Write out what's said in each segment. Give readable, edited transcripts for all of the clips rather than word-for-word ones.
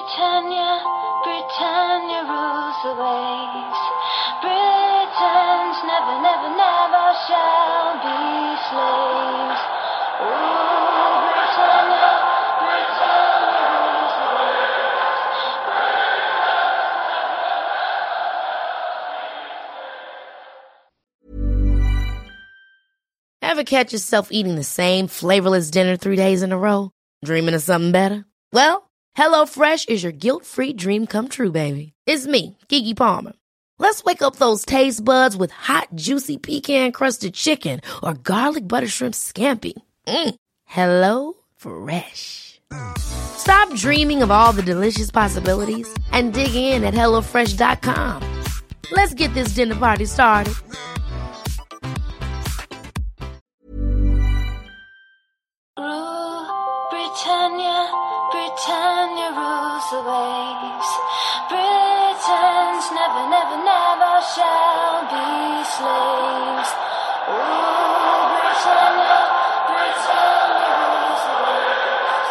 Britannia, Britannia rules the waves. Britons never, never, never shall be slaves. Oh, Britannia, Britannia rules the waves. Ever catch yourself eating the same flavorless dinner 3 days in a row? Dreaming of something better? Well, HelloFresh is your guilt-free dream come true, baby. It's me, Keke Palmer. Let's wake up those taste buds with hot, juicy pecan-crusted chicken or garlic butter shrimp scampi. Hello Fresh. Stop dreaming of all the delicious possibilities and dig in at HelloFresh.com. Let's get this dinner party started. Britannia, Britannia rules the waves. Britons never, never, never shall be slaves. Oh, Britannia, Britannia rules the waves.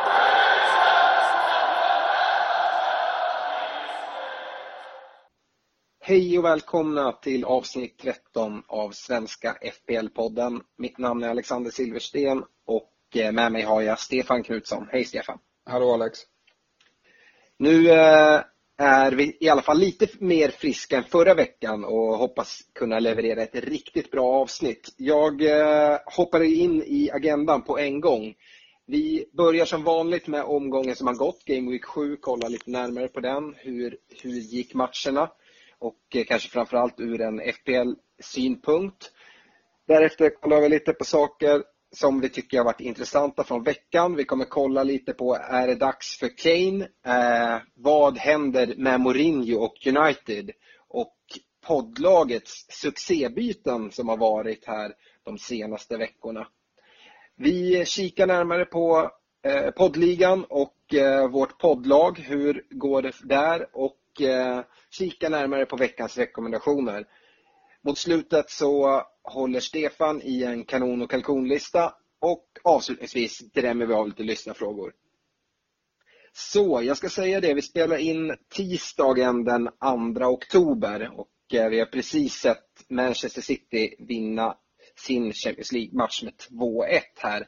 Hej och välkomna till avsnitt 13 av Svenska FPL-podden. Mitt namn är Alexander Silversten och med mig har jag Stefan Knutsson. Hej Stefan. Hallå Alex. Nu är vi i alla fall lite mer friska än förra veckan och hoppas kunna leverera ett riktigt bra avsnitt. Jag hoppar in i agendan på en gång. Vi börjar som vanligt med omgången som har gått, Game Week 7, kolla lite närmare på den. Hur gick matcherna? Och kanske framförallt ur en FPL-synpunkt. Därefter kollar vi lite på saker som vi tycker har varit intressanta från veckan. Vi kommer kolla lite på, är det dags för Kane? Vad händer med Mourinho och United? Och poddlagets succébyten som har varit här de senaste veckorna. Vi kikar närmare på poddligan och vårt poddlag. Hur går det där? Och kika närmare på veckans rekommendationer. Mot slutet så håller Stefan i en kanon- och kalkonlista och avslutningsvis drämmer vi av lite lyssnarfrågor. Så jag ska säga det, vi spelar in tisdagen den 2 oktober och vi har precis sett Manchester City vinna sin Champions League-match med 2-1 här.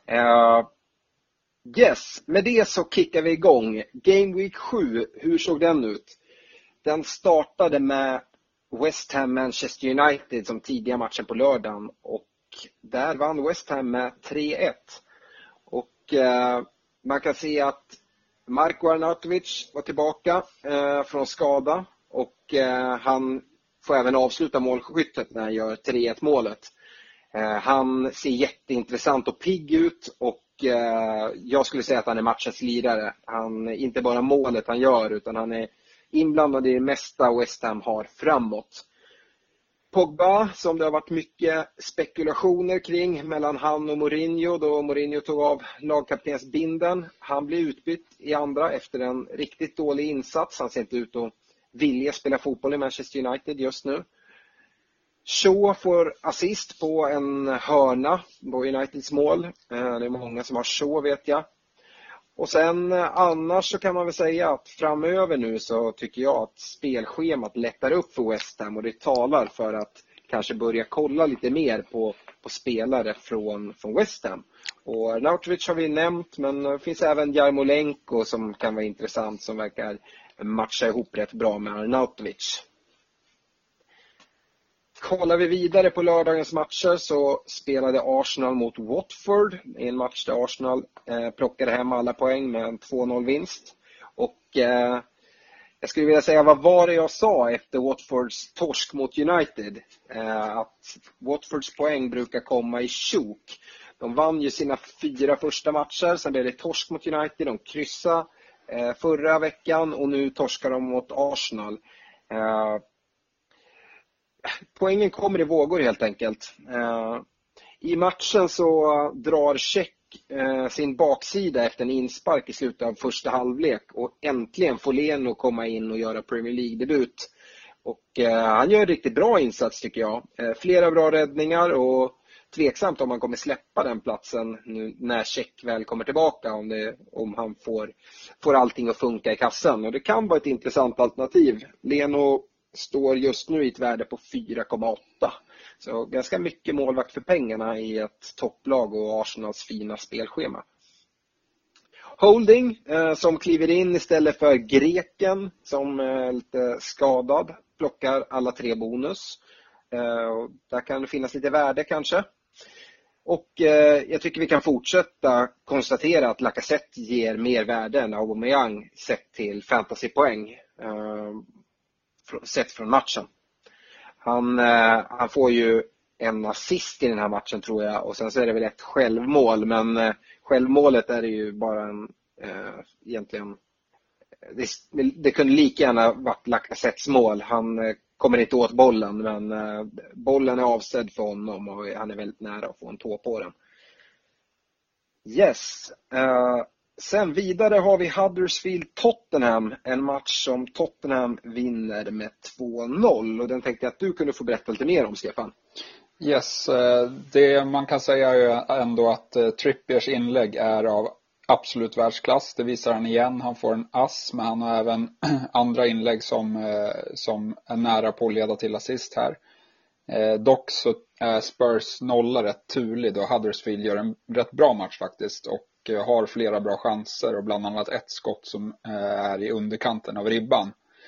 Yes, med det så kickar vi igång. Game Week 7, hur såg den ut? Den startade med West Ham Manchester United som tidiga matchen på lördagen och där vann West Ham med 3-1. Och man kan se att Marko Arnautovic var tillbaka från skada och han får även avsluta målskyttet när han gör 3-1 målet. Han ser jätteintressant och pigg ut och jag skulle säga att han är matchens lirare. Han inte bara målet han gör utan han är inblandad i det mesta West Ham har framåt. Pogba, som det har varit mycket spekulationer kring mellan han och Mourinho då Mourinho tog av lagkaptensbinden. Han blir utbytt i andra efter en riktigt dålig insats. Han ser inte ut att vilja spela fotboll i Manchester United just nu. Shaw får assist på en hörna på Uniteds mål. Det är många som har Shaw vet jag. Och sen annars så kan man väl säga att framöver nu så tycker jag att spelschemat lättar upp för West Ham och det talar för att kanske börja kolla lite mer på spelare från West Ham. Och Arnautovic har vi nämnt men det finns även Jarmolenko som kan vara intressant som verkar matcha ihop rätt bra med Arnautovic. Kollar vi vidare på lördagens matcher så spelade Arsenal mot Watford. I en match där Arsenal plockade hem alla poäng med en 2-0 vinst. Och jag skulle vilja säga, vad var det jag sa efter Watfords torsk mot United? Att Watfords poäng brukar komma i tjok. De vann ju sina 4 första matcher, sen blev det torsk mot United. De kryssade förra veckan och nu torskar de mot Arsenal. Poängen kommer i vågor helt enkelt. I matchen så drar Cech sin baksida efter en inspark i slutet av första halvlek och äntligen får Leno komma in och göra Premier League-debut. Och han gör en riktigt bra insats tycker jag. Flera bra räddningar och tveksamt om han kommer släppa den platsen nu när Check väl kommer tillbaka, om han får allting att funka i kassan. Och det kan vara ett intressant alternativ. Leno står just nu i ett värde på 4,8. Så ganska mycket målvakt för pengarna i ett topplag och Arsenals fina spelschema. Holding som kliver in istället för greken som är lite skadad. Plockar alla 3 bonus. Där kan det finnas lite värde kanske. Och jag tycker vi kan fortsätta konstatera att Lacazette ger mer värde än Aubameyang sett till fantasypoäng. Sett från matchen. Han får ju en assist i den här matchen tror jag. Och sen så är det väl ett självmål. Men självmålet är det ju bara egentligen... Det kunde lika gärna varit Lacazettes mål. Han kommer inte åt bollen, men bollen är avsedd för honom och han är väldigt nära att få en tå på den. Yes. Sen vidare har vi Huddersfield-Tottenham. En match som Tottenham vinner med 2-0. Och den tänkte jag att du kunde få berätta lite mer om, Stefan. Yes, det man kan säga är ju ändå att Trippiers inlägg är av absolut världsklass. Det visar han igen. Han får en ass, men han har även andra inlägg som är nära på att leda till assist här. Dock så är Spurs nolla rätt turlig och Huddersfield gör en rätt bra match faktiskt och har flera bra chanser och bland annat ett skott som är i underkanten av ribban.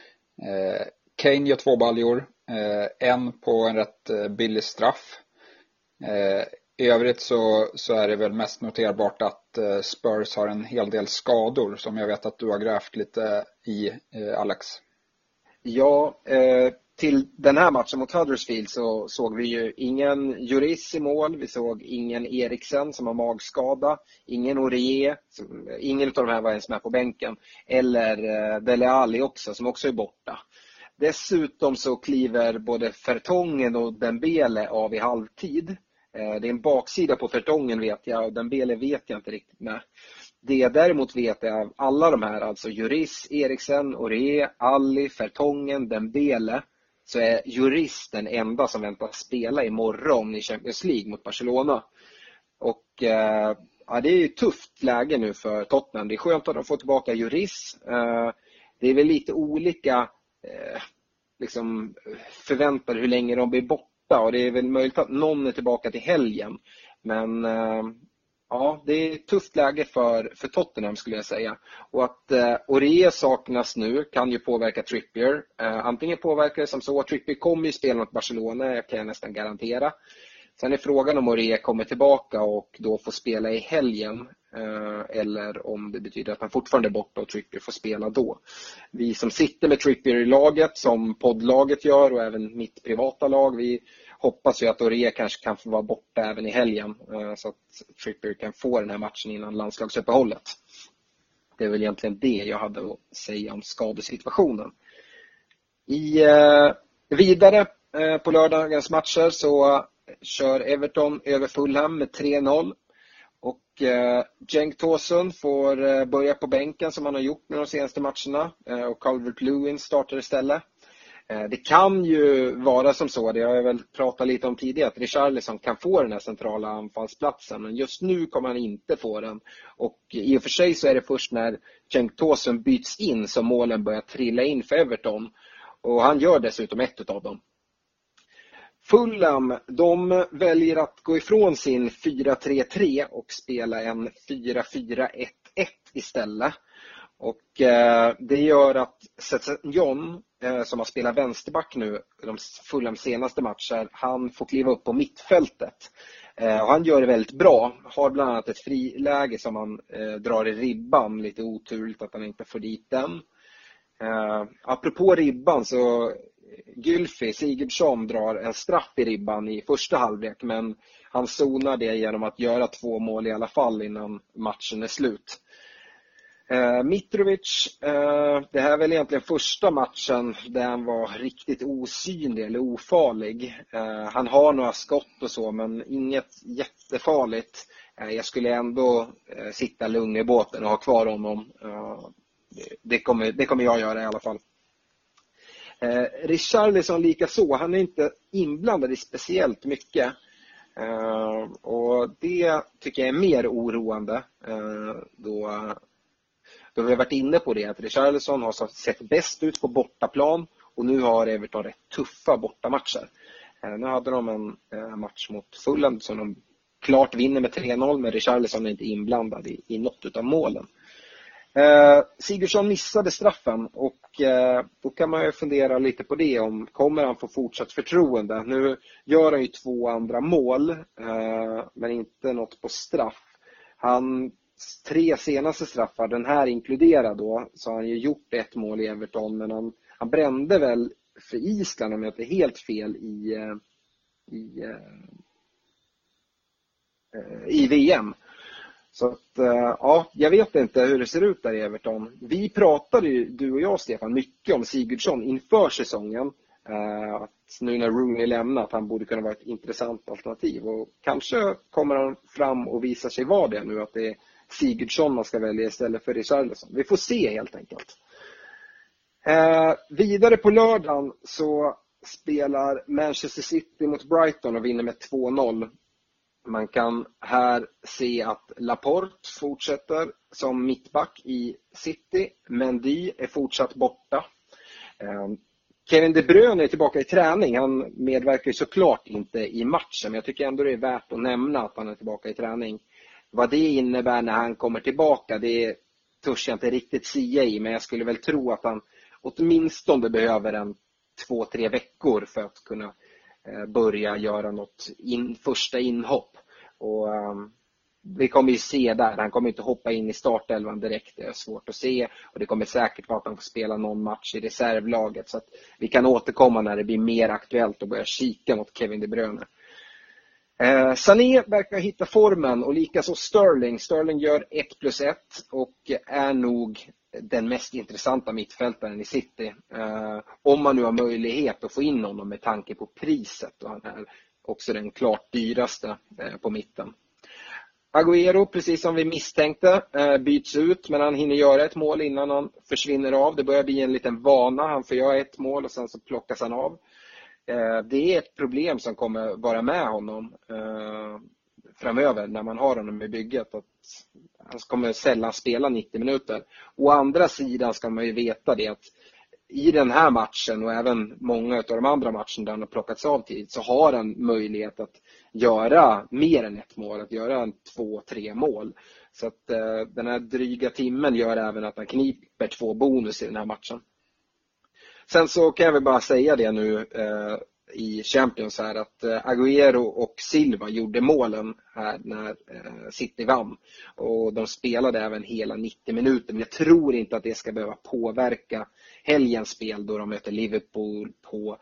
Kane gör 2 baljor, en på en rätt billig straff. I övrigt så är det väl mest noterbart att Spurs har en hel del skador som jag vet att du har grävt lite i, Alex. Ja, till den här matchen mot Huddersfield så såg vi ju ingen Juris i mål. Vi såg ingen Eriksen som har magskada. Ingen Aurier. Ingen av de här var ens med på bänken. Eller Dele Alli också som också är borta. Dessutom så kliver både Fertongen och Dembele av i halvtid. Det är en baksida på Fertongen vet jag och Dembele vet jag inte riktigt med. Det jag däremot vet är av alla de här, alltså Juris, Eriksen, Aurier, Alli, Fertongen, Dembele, så är Juris den enda som väntas spela imorgon i Champions League mot Barcelona. Och ja, det är ju tufft läge nu för Tottenham. Det är skönt att de får tillbaka Juris. Det är väl lite olika liksom förväntade hur länge de blir borta. Och det är väl möjligt att någon är tillbaka till helgen. Men ja, det är ett tufft läge för Tottenham skulle jag säga. Och att Aurier saknas nu kan ju påverka Trippier. Antingen påverkar det som så att Trippier kommer ju spela mot Barcelona, jag kan nästan garantera. Sen är frågan om Aurier kommer tillbaka och då får spela i helgen. Eller om det betyder att han fortfarande är borta och Trippier får spela då. Vi som sitter med Trippier i laget, som poddlaget gör och även mitt privata lag, vi hoppas ju att Aurier kanske kan få vara borta även i helgen. Så att Trippier kan få den här matchen innan landslagsuppehållet. Det är väl egentligen det jag hade att säga om skadesituationen. Vidare på lördagens matcher så kör Everton över Fulham med 3-0. Och Cenk Tosun får börja på bänken som han har gjort med de senaste matcherna. Och Calvert-Lewin startar istället. Det kan ju vara som så, det har jag väl pratat lite om tidigare, att Richarlison kan få den här centrala anfallsplatsen. Men just nu kommer han inte få den. Och i och för sig så är det först när Cenk Tosun byts in som målen börjar trilla in för Everton. Och han gör dessutom ett av dem. Fulham, de väljer att gå ifrån sin 4-3-3 och spela en 4-4-1-1 istället. Och det gör att John som har spelat vänsterback nu de Fulhams senaste matcher, han får kliva upp på mittfältet. Och han gör det väldigt bra. Har bland annat ett friläge som han drar i ribban. Lite oturligt att han inte får dit den. Apropå ribban så Gylfi Sigurdsson drar en straff i ribban i första halvlek, men han zonar det genom att göra 2 mål i alla fall innan matchen är slut. Mitrovic, det här är väl egentligen första matchen där han var riktigt osynlig eller ofarlig. Han har några skott och så, men inget jättefarligt. Jag skulle ändå sitta lugn i båten och ha kvar honom. Det kommer jag göra i alla fall. Richarlison lika så, han är inte inblandad i speciellt mycket. Och det tycker jag är mer oroande då vi har varit inne på det, att Richarlison har sett bäst ut på bortaplan och nu har Everton rätt tuffa bortamatcher. Nu hade de en match mot Fulham som de klart vinner med 3-0, men Richarlison är inte inblandad i något av målen. Sigurdsson missade straffen och då kan man ju fundera lite på det, om kommer han få fortsatt förtroende. Nu gör han ju 2 andra mål, men inte något på straff. Han 3 senaste straffar, den här inkluderad då, så har han ju gjort 1 mål i Everton, men han brände väl för Island om jag inte är helt fel i VM. Så att, ja, jag vet inte hur det ser ut där i Everton. Vi pratade ju, du och jag Stefan, mycket om Sigurdsson inför säsongen. Att nu när Rooney lämnar, att han borde kunna vara ett intressant alternativ. Och kanske kommer han fram och visar sig vara det nu, att det är Sigurdsson man ska välja istället för Richarlison. Vi får se helt enkelt. Vidare på lördagen så spelar Manchester City mot Brighton och vinner med 2-0. Man kan här se att Laporte fortsätter som mittback i City. Mendy är fortsatt borta. Kevin De Bruyne är tillbaka i träning. Han medverkar ju såklart inte i matchen, men jag tycker ändå det är värt att nämna att han är tillbaka i träning. Vad det innebär när han kommer tillbaka, det törs jag inte riktigt sia i, men jag skulle väl tro att han åtminstone behöver 2-3 veckor för att kunna börja göra något första inhopp. Och vi kommer ju se där, han kommer inte hoppa in i startelvan direkt, det är svårt att se, och det kommer säkert vara att han får spela någon match i reservlaget, så att vi kan återkomma när det blir mer aktuellt och börja kika mot Kevin De Bruyne. Sané verkar hitta formen, och likaså Sterling. Sterling gör 1+1 och är nog den mest intressanta mittfältaren i City. Om man nu har möjlighet att få in honom med tanke på priset, och han är också den klart dyraste på mitten. Agüero, precis som vi misstänkte, byts ut, men han hinner göra ett mål innan han försvinner av. Det börjar bli en liten vana, han får göra ett mål och sen så plockas han av. Det är ett problem som kommer vara med honom framöver när man har honom i bygget, att han kommer sällan spela 90 minuter. Å andra sidan ska man ju veta det, att i den här matchen och även många av de andra matcherna där han har plockats av tid, så har han möjlighet att göra mer än ett mål, att göra 2-3 mål. Så att den här dryga timmen gör även att han kniper 2 bonus i den här matchen. Sen så kan jag väl bara säga det nu i Champions här, att Agüero och Silva gjorde målen här när City vann. Och de spelade även hela 90 minuter. Men jag tror inte att det ska behöva påverka helgens spel då de möter Liverpool på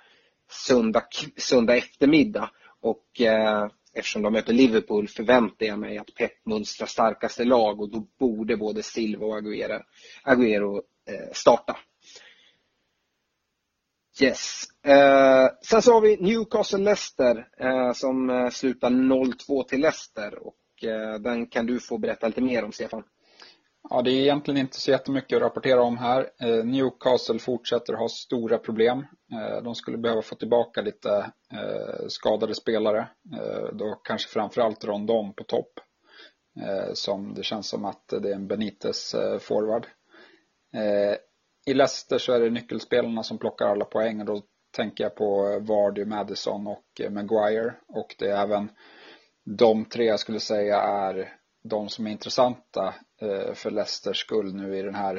söndag eftermiddag. Och eftersom de möter Liverpool förväntar jag mig att Pep mönstrar starkaste lag, och då borde både Silva och Agüero starta. Yes. Sen så har vi Newcastle-Leicester som slutar 0-2 till Leicester, och den kan du få berätta lite mer om, Stefan. Ja, det är egentligen inte så jättemycket att rapportera om här. Newcastle fortsätter ha stora problem. De skulle behöva få tillbaka lite skadade spelare. Då kanske framförallt Rondon på topp. Som det känns som att det är en Benitez forward. I Leicester så är det nyckelspelarna som plockar alla poäng, och då tänker jag på Vardy, Maddison och Maguire. Och det är även de 3 jag skulle säga är de som är intressanta för Leicesters skull nu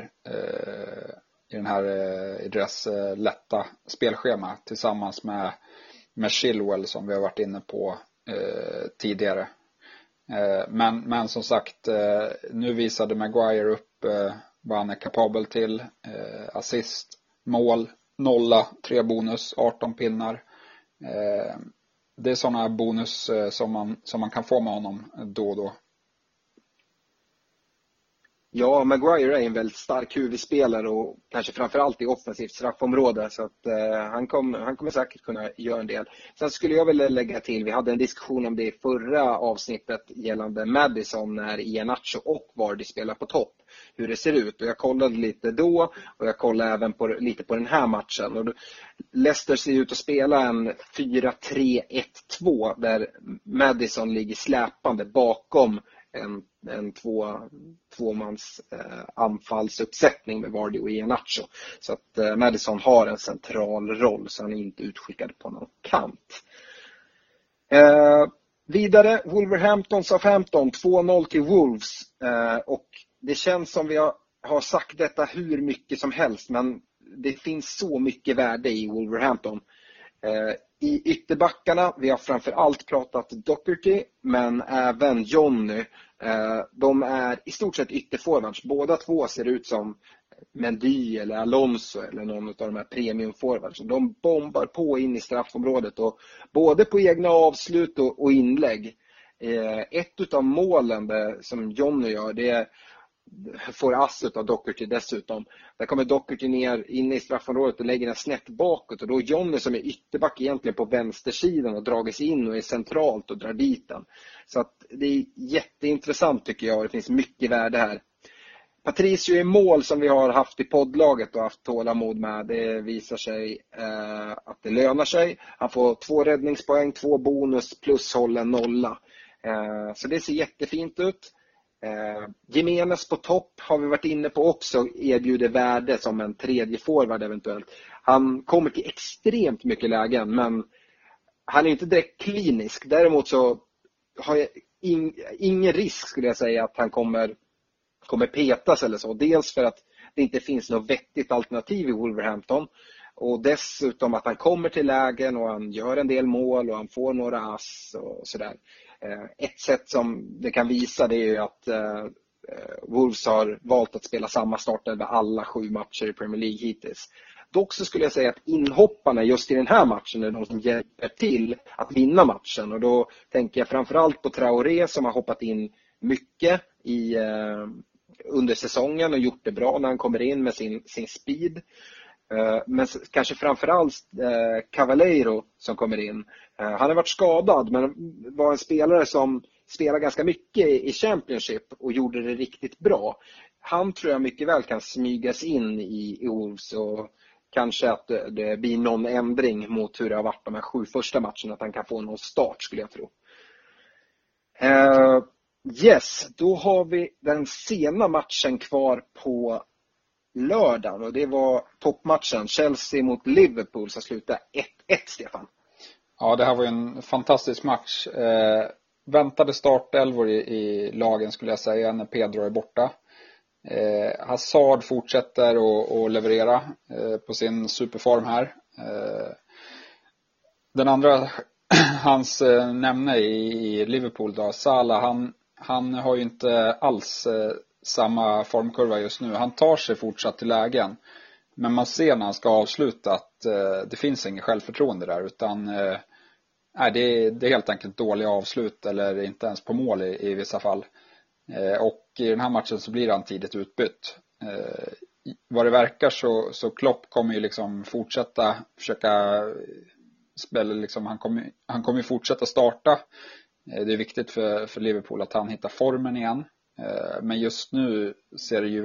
i deras lätta spelschema, tillsammans med Chilwell som vi har varit inne på tidigare. Men som sagt, nu visade Maguire upp vad han är kapabel till. Assist, mål, 0, 3 bonus, 18 pinnar. Det är sådana bonus som man kan få med honom då och då. Ja, Maguire är en väldigt stark huvudspelare och kanske framförallt i offensivt straffområde, så att han kommer säkert kunna göra en del. Sen skulle jag vilja lägga till, vi hade en diskussion om det i förra avsnittet gällande Maddison när Iheanacho och Vardy spelar på topp, hur det ser ut. Och jag kollade lite då och jag kollade även lite på den här matchen. Och Leicester ser ut att spela en 4-3-1-2 där Maddison ligger släpande bakom en tvåmans anfallsuppsättning med Vardy och Iheanacho. Så att Maddison har en central roll, så han är inte utskickad på någon kant. Vidare, Wolverhampton Southampton 2-0 till Wolves. Och det känns som vi har sagt detta hur mycket som helst, men det finns så mycket värde i Wolverhampton. I ytterbackarna, vi har framför allt pratat Doherty, men även Jonny. De är i stort sett ytterforwards. Båda två ser ut som Mendy eller Alonso eller någon av de här premiumforwards. De bombar på in i straffområdet, och både på egna avslut och inlägg. Ett av målen som Jonny gör, det får ass av Doherty dessutom. Där kommer Doherty ner inne i straffområdet och lägger den snett bakåt, och då Jonny som är ytterback egentligen på vänstersidan och dragits in och är centralt och drar dit den. Så att det är jätteintressant tycker jag, och det finns mycket värde här. Patricio i mål, som vi har haft i poddlaget och haft tålamod med, det visar sig att det lönar sig. Han får 2 räddningspoäng, 2 bonus plus håller nolla. Så det ser jättefint ut. Jimenez på topp har vi varit inne på också, erbjuder värde som en tredje forward eventuellt. Han kommer till extremt mycket lägen, men han är inte direkt klinisk. Däremot så har jag ingen risk, skulle jag säga, att han kommer petas eller så. Dels för att det inte finns något vettigt alternativ i Wolverhampton, och dessutom att han kommer till lägen och han gör en del mål och han får några ass och sådär. Ett sätt som det kan visa, det är ju att Wolves har valt att spela samma start över alla 7 matcher i Premier League hittills. Dock så skulle jag säga att inhopparna just i den här matchen är de som hjälper till att vinna matchen. Och då tänker jag framförallt på Traoré, som har hoppat in mycket under säsongen och gjort det bra när han kommer in med sin speed. Men kanske framförallt Cavaleiro som kommer in. Han har varit skadad, men var en spelare som spelar ganska mycket i Championship och gjorde det riktigt bra. Han tror jag mycket väl kan smygas in i Wolves, och kanske att det blir någon ändring mot hur det har varit de här 7 första matcherna, att han kan få någon start, skulle jag tro. Yes, då har vi den sena matchen kvar på lördagen, och det var toppmatchen Chelsea mot Liverpool som slutade 1-1, Stefan. Ja, det här var ju en fantastisk match. Väntade startelvor i lagen, skulle jag säga, när Pedro är borta. Hazard fortsätter att leverera på sin superform här. Den andra hans nämne i Liverpool då, Salah, han har ju inte alls samma formkurva just nu. Han tar sig fortsatt till lägen, men man ser när han ska avsluta att det finns ingen självförtroende där, utan det är helt enkelt dåliga avslut eller inte ens på mål i vissa fall. Och i den här matchen så blir han tidigt utbytt. Vad det verkar så Klopp kommer ju liksom fortsätta försöka spela, liksom, han kommer ju fortsätta starta. Det är viktigt för Liverpool att han hittar formen igen. Men just nu ser det ju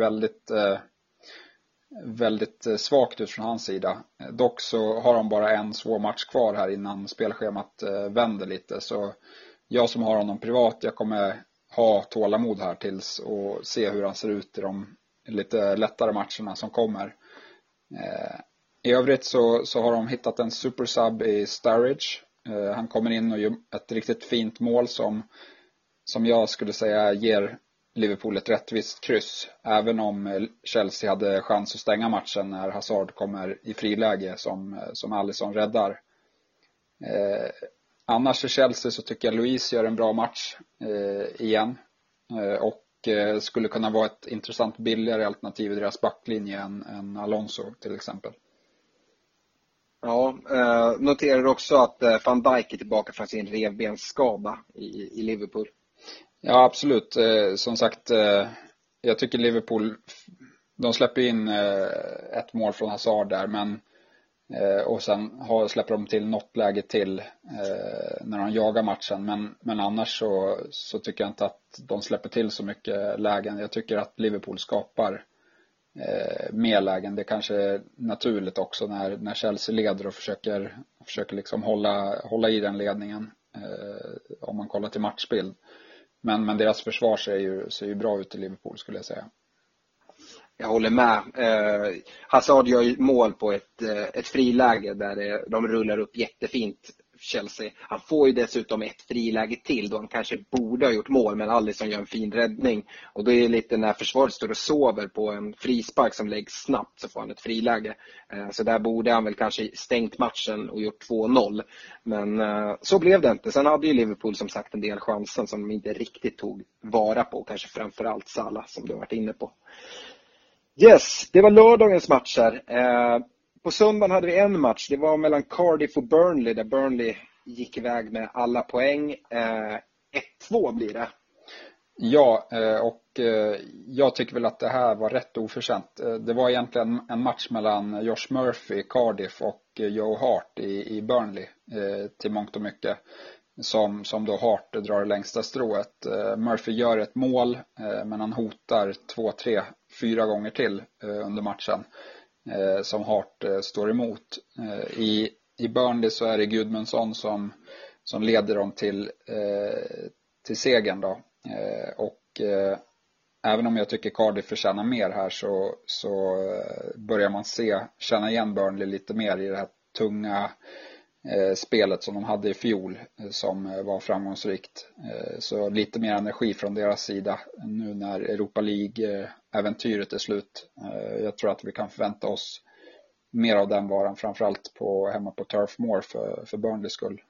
väldigt svagt ut från hans sida. Dock så har han bara en svår match kvar här innan spelschemat vänder lite. Så jag som har honom privat, jag kommer ha tålamod här tills och se hur han ser ut i de lite lättare matcherna som kommer. I övrigt så har de hittat en supersub i Sturridge. Han kommer in och gör ett riktigt fint mål som jag skulle säga ger Liverpool ett rättvist kryss, även om Chelsea hade chans att stänga matchen när Hazard kommer i friläge som Alisson räddar. Annars för Chelsea så tycker jag Luis gör en bra match igen, och skulle kunna vara ett intressant billigare alternativ i deras backlinje än Alonso till exempel. Ja, noterar också att Van Dijk är tillbaka från sin revbensskada i Liverpool. Ja, absolut. Som sagt, jag tycker Liverpool, de släpper in ett mål från Hazard där, men och sen släpper de till något läge till när de jagar matchen, men annars så tycker jag inte att de släpper till så mycket lägen. Jag tycker att Liverpool skapar mer lägen. Det kanske är naturligt också när Chelsea leder och försöker liksom hålla i den ledningen, om man kollar till matchbild. Men deras försvar ser ju bra ut i Liverpool, skulle jag säga. Jag håller med. Hazard gör ju mål på ett friläge där de rullar upp jättefint, Chelsea. Han får ju dessutom ett friläge till då han kanske borde ha gjort mål, men Alisson gör en fin räddning. Och då är det lite när försvaret står och sover på en frispark som läggs snabbt, så får han ett friläge. Så där borde han väl kanske stängt matchen och gjort 2-0. Men så blev det inte. Sen hade ju Liverpool som sagt en del chanser som de inte riktigt tog vara på. Kanske framförallt Salah, som du har varit inne på. Yes, det var lördagens matcher. På söndagen hade vi en match. Det var mellan Cardiff och Burnley, där Burnley gick iväg med alla poäng. 1-2 blir det. Ja, och jag tycker väl att det här var rätt oförtjänt. Det var egentligen en match mellan Josh Murphy, Cardiff, och Joe Hart i Burnley, till mångt och mycket. Som då Hart drar det längsta strået. Murphy gör ett mål, men han hotar 2, 3, 4 gånger till under matchen, som Hart står emot. I Burnley så är det Gudmundsson som leder dem till segern då. Och även om jag tycker Cardiff förtjänar mer här, så börjar man känna igen Burnley lite mer i det här tunga spelet som de hade i fjol, som var framgångsrikt. Så lite mer energi från deras sida nu när Europa League-äventyret är slut. Jag tror att vi kan förvänta oss mer av den varan, framförallt hemma på Turf Moor för Burnleys skull.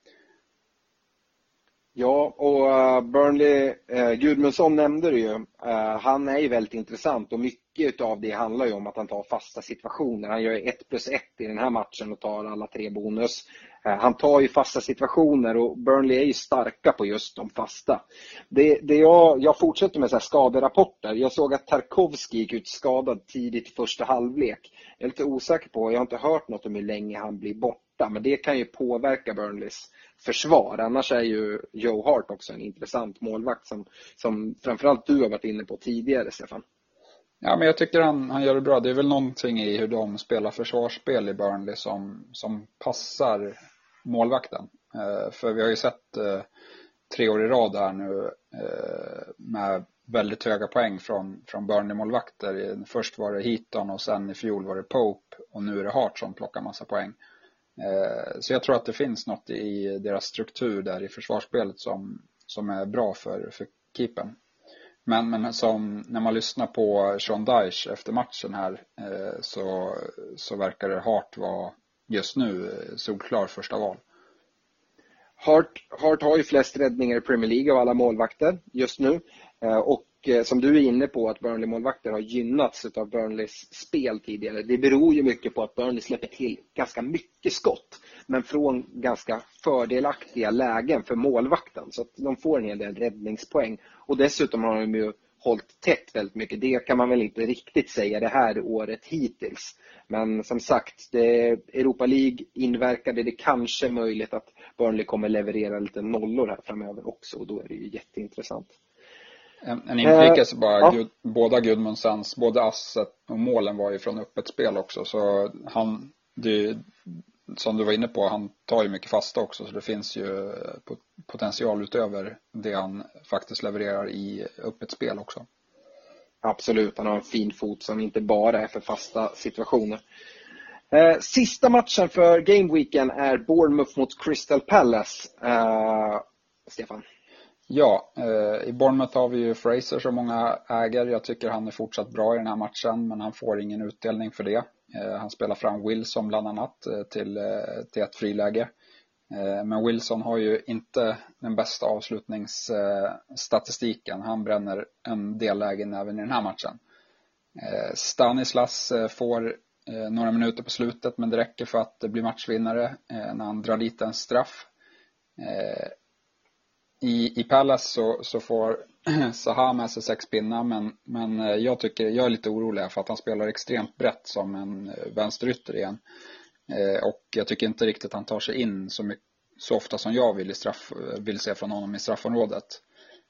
Ja, och Burnley, Gudmundsson nämnde det ju. Han är ju väldigt intressant, och mycket av det handlar ju om att han tar fasta situationer. Han gör 1+1 i den här matchen och tar alla 3 bonus. Han tar ju fasta situationer, och Burnley är ju starka på just de fasta. Jag fortsätter med så här skaderapporter. Jag såg att Tarkovsky gick ut skadad tidigt i första halvlek. Jag är lite osäker på, jag har inte hört något om hur länge han blir borta, men det kan ju påverka Burnleys försvar. Annars är ju Joe Hart också en intressant målvakt som framförallt du har varit inne på tidigare, Stefan. Ja, men jag tycker han gör det bra. Det är väl någonting i hur de spelar försvarsspel i Burnley som passar målvakten. För vi har ju sett 3 år i rad här nu med väldigt höga poäng från Burnley-målvakter. Först var det Heaton, och sen i fjol var det Pope, och nu är det Hart som plockar massa poäng. Så jag tror att det finns något i deras struktur där i försvarsspelet som är bra för keepern. Men som när man lyssnar på Sean Dyche efter matchen här, så verkar det Hart vara just nu solklar första val. Hart har ju flest räddningar i Premier League av alla målvakter just nu. Och som du är inne på, att Burnley-målvakter har gynnats av Burnleys spel tidigare. Det beror ju mycket på att Burnley släpper till ganska mycket skott, men från ganska fördelaktiga lägen för målvakten. Så att de får en hel del räddningspoäng. Och dessutom har de ju hållit tätt väldigt mycket. Det kan man väl inte riktigt säga det här året hittills. Men som sagt, Europa League inverkade. Det kanske är möjligt att Burnley kommer leverera lite nollor här framöver också. Och då är det ju jätteintressant. En inflikelse bara, ja. Båda Gudmundssons, både asset och målen var ju från öppet spel också. Så som du var inne på, han tar ju mycket fasta också. Så det finns ju potential utöver det han faktiskt levererar i öppet spel också. Absolut, han har en fin fot som inte bara är för fasta situationer. Sista matchen för Gameweeken är Bournemouth mot Crystal Palace. Stefan? Ja, i Bournemouth har vi ju Fraser som många äger. Jag tycker han är fortsatt bra i den här matchen, men han får ingen utdelning för det. Han spelar fram Wilson bland annat till ett friläge. Men Wilson har ju inte den bästa avslutningsstatistiken. Han bränner en del lägen även i den här matchen. Stanislas får några minuter på slutet, men det räcker för att bli matchvinnare när han drar dit en straff. I Palace så får Zaha med sig 6 pinnar, men jag är lite orolig för att han spelar extremt brett som en vänsterytter igen. Och jag tycker inte riktigt han tar sig in så ofta som jag vill se från honom i straffområdet.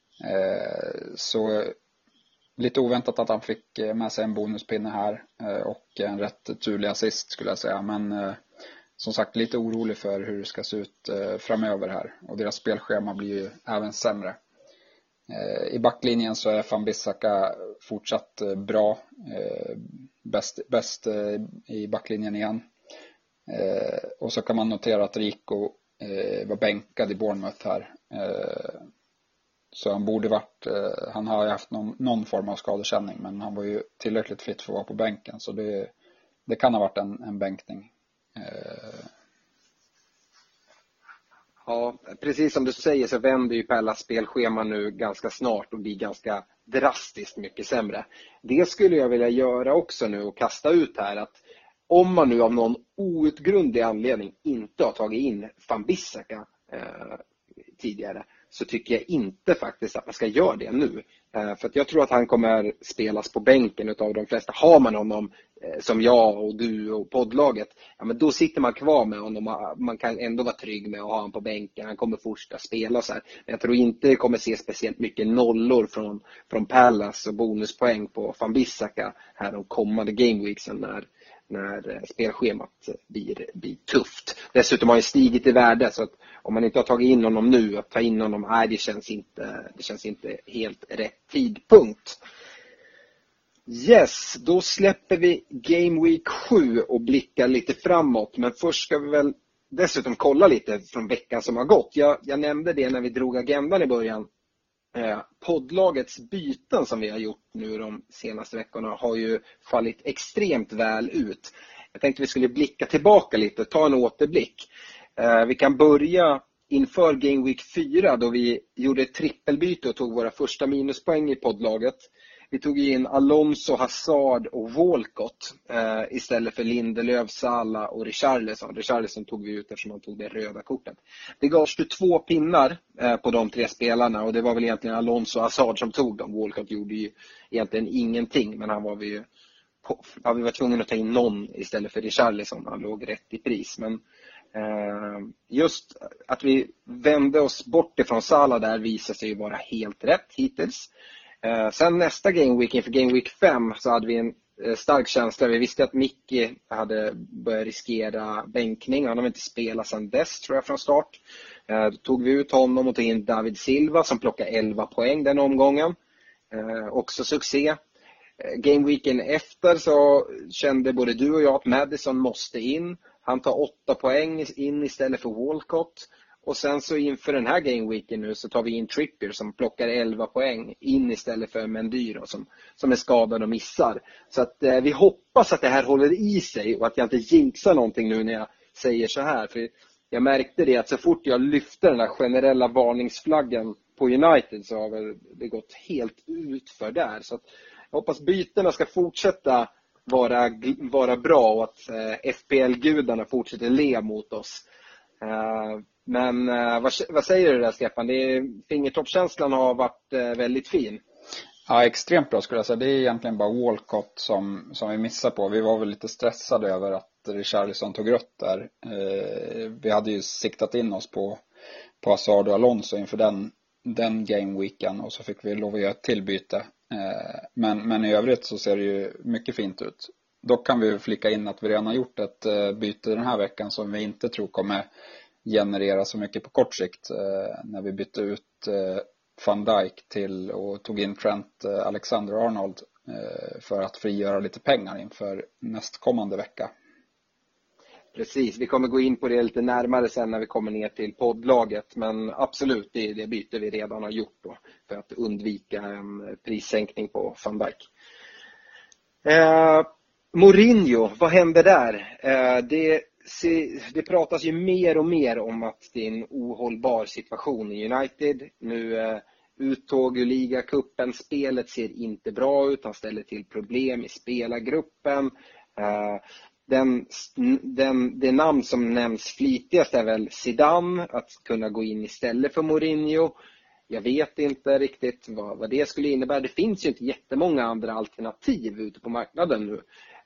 Så lite oväntat att han fick med sig en bonuspinne här och en rätt turlig assist skulle jag säga. Men som sagt lite orolig för hur det ska se ut framöver här. Och deras spelschema blir ju även sämre. I backlinjen så är Van Bissaka fortsatt bra. Bäst i backlinjen igen. Och så kan man notera att Rico var bänkad i Bournemouth här. Så han borde varit, han har ju haft någon form av skadekänning, men han var ju tillräckligt fit för att vara på bänken, så det kan ha varit en bänkning. Ja, precis som du säger så vänder ju Pallas spelschema nu ganska snart och blir ganska drastiskt mycket sämre. Det skulle jag vilja göra också nu och kasta ut här att om man nu av någon outgrundlig anledning inte har tagit in Van Bissaka tidigare, så tycker jag inte faktiskt att man ska göra det nu. För att jag tror att han kommer spelas på bänken utav de flesta. Har man honom som jag och du och poddlaget, ja, men då sitter man kvar med honom. Man kan ändå vara trygg med att ha honom på bänken. Han kommer fortsätta spela så här. Men jag tror inte det kommer se speciellt mycket nollor från Palace och bonuspoäng på Van Bissaka här de kommande gameweeksen när spelschemat blir tufft. Dessutom har han stigit i värde, så att om man inte har tagit in honom nu, att ta in honom, det känns inte helt rätt tidpunkt. Yes, då släpper vi Game Week 7 och blickar lite framåt. Men först ska vi väl dessutom kolla lite från veckan som har gått. Jag nämnde det när vi drog agendan i början. Poddlagets byten som vi har gjort nu de senaste veckorna har ju fallit extremt väl ut. Jag tänkte vi skulle blicka tillbaka lite, ta en återblick. Vi kan börja inför Game Week 4 då vi gjorde ett trippelbyte och tog våra första minuspoäng i poddlaget. Vi tog in Alonso, Hazard och Walcott istället för Lindelöf, Salah och Richarlison. Richarlison tog vi ut eftersom han tog det röda kortet. Det gav 22 pinnar på de 3 spelarna och det var väl egentligen Alonso och Hazard som tog dem. Walcott gjorde ju egentligen ingenting, men vi var tvungna att ta in någon istället för Richarlison. Han låg rätt i pris, men just att vi vände oss bort ifrån Salah där visar sig ju vara helt rätt hittills. Sen nästa Game Week, inför Game Week 5, så hade vi en stark känsla. Vi visste att Mickey hade börjat riskera bänkning. Han har inte spelat sedan dess, tror jag, från start. Då tog vi ut honom och tog in David Silva som plockade 11 poäng den omgången. Också succé. Game Weeken efter så kände både du och jag att Madison måste in. Han tar 8 poäng in istället för Walcott. Och sen så inför den här gameweeken nu så tar vi in Trippier som plockar 11 poäng in istället för Mendy då, som är skadad och missar. Så att vi hoppas att det här håller i sig och att jag inte jinxar någonting nu när jag säger så här. För jag märkte det att så fort jag lyfter den här generella varningsflaggen på United så har det gått helt ut för där. Så att jag hoppas bytena ska fortsätta vara bra och att FPL-gudarna fortsätter le mot oss. Men vad säger du där, Stefan? Fingertoppskänslan har varit väldigt fin. Ja, extremt bra skulle jag säga. Det är egentligen bara Walcott som vi missar på. Vi var väl lite stressade över att Richarlison tog rött där. Vi hade ju siktat in oss på Hazard och Alonso inför den gameweeken och så fick vi lov att göra ett tillbyte. Men i övrigt så ser det ju mycket fint ut. Dock kan vi flika in att vi redan har gjort ett byte den här veckan som vi inte tror kommer generera så mycket på kort sikt, när vi bytte ut Van Dijk till och tog in Trent Alexander-Arnold för att frigöra lite pengar inför nästkommande vecka. Precis, vi kommer gå in på det lite närmare sen när vi kommer ner till poddlaget, men absolut, det är det byte vi redan har gjort då, för att undvika en prissänkning på Van Dijk. Mourinho, vad händer där? Det pratas ju mer och mer om att det är en ohållbar situation i United. Nu uttåg ur ligacupen, spelet ser inte bra ut, han ställer till problem i spelargruppen. Det namn som nämns flitigast är väl Zidane, att kunna gå in istället för Mourinho. Jag vet inte riktigt vad det skulle innebära. Det finns ju inte jättemånga andra alternativ ute på marknaden nu.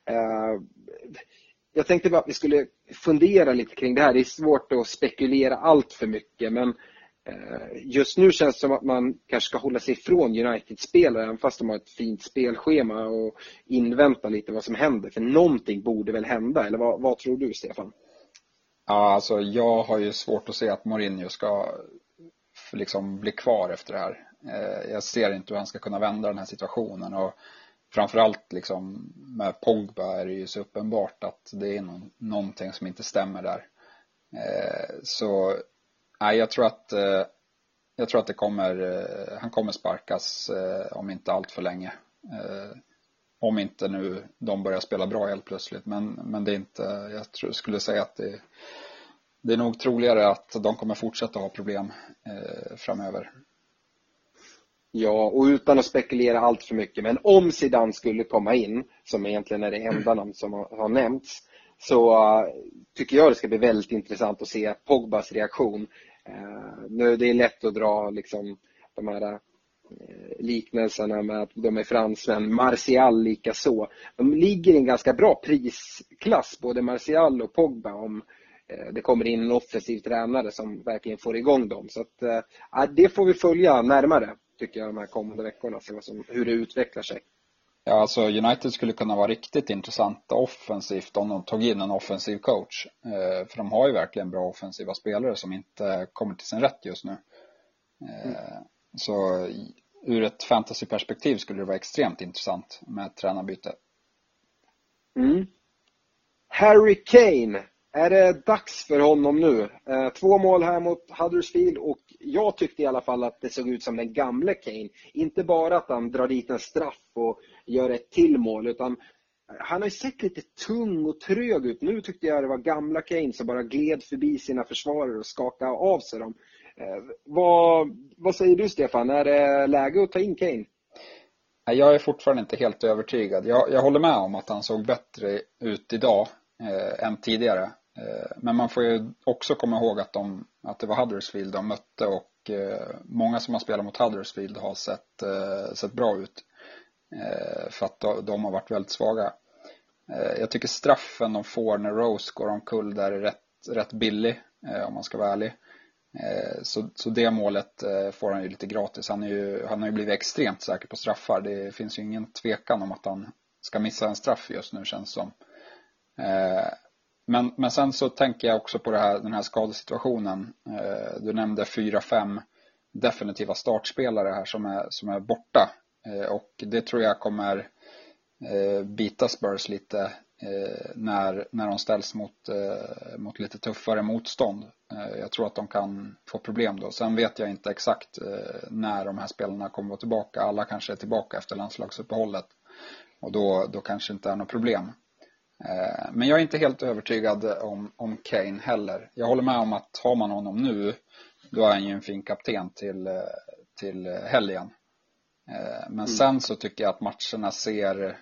Jag tänkte bara att vi skulle fundera lite kring det här. Det är svårt att spekulera allt för mycket, men just nu känns det som att man kanske ska hålla sig ifrån United-spelare, även fast de har ett fint spelschema, och invänta lite vad som händer. För någonting borde väl hända, eller vad tror du, Stefan? Ja, alltså jag har ju svårt att se att Mourinho ska liksom bli kvar efter det här. Jag ser inte hur han ska kunna vända den här situationen, och framförallt liksom med Pogba är det ju så uppenbart att det är någonting som inte stämmer där. Så nej, jag tror att det han kommer sparkas om inte allt för länge. Om inte nu de börjar spela bra helt plötsligt, men det är inte, skulle säga att det är nog troligare att de kommer fortsätta ha problem framöver. Ja, och utan att spekulera allt för mycket, men om Zidane skulle komma in, som egentligen är det enda namn som har nämnts, så tycker jag det ska bli väldigt intressant att se Pogbas reaktion. Nu det är lätt att dra liksom de här liknelserna med att de är fransmän. Martial lika så. De ligger i en ganska bra prisklass, både Martial och Pogba, om det kommer in en offensiv tränare som verkligen får igång dem. Så att, det får vi följa närmare, tycker jag, de här kommande veckorna, se hur det utvecklar sig. Ja, alltså United skulle kunna vara riktigt intressanta offensivt om de tog in en offensiv coach. För de har ju verkligen bra offensiva spelare som inte kommer till sin rätt just nu. Så ur ett fantasyperspektiv skulle det vara extremt intressant med ett tränarbyte. Harry Kane, är det dags för honom nu? 2 mål här mot Huddersfield, och jag tyckte i alla fall att det såg ut som den gamla Kane. Inte bara att han drar dit en straff och gör ett till mål, utan han har ju sett lite tung och trög ut. Nu tyckte jag det var gamla Kane som bara gled förbi sina försvarare och skakade av sig dem. Vad säger du, Stefan? Är det läge att ta in Kane? Jag är fortfarande inte helt övertygad. Jag håller med om att han såg bättre ut idag än tidigare. Men man får ju också komma ihåg att det var Huddersfield de mötte, och många som har spelat mot Huddersfield har sett bra ut. För att de har varit väldigt svaga. Jag tycker straffen de får när Rose går omkull där är rätt billig, om man ska vara ärlig. Så det målet får han ju lite gratis. Han har ju blivit extremt säker på straffar. Det finns ju ingen tvekan om att han ska missa en straff just nu, känns som. Men sen så tänker jag också på den här skadesituationen. Du nämnde 4-5 definitiva startspelare här som är borta. Och det tror jag kommer bita Spurs lite när de ställs mot lite tuffare motstånd. Jag tror att de kan få problem då. Sen vet jag inte exakt när de här spelarna kommer vara tillbaka. Alla kanske är tillbaka efter landslagsuppehållet, och då kanske inte är något problem. Men jag är inte helt övertygad om Kane heller. Jag håller med om att har man honom nu, då är han ju en fin kapten till helgen. Men sen så tycker jag att matcherna ser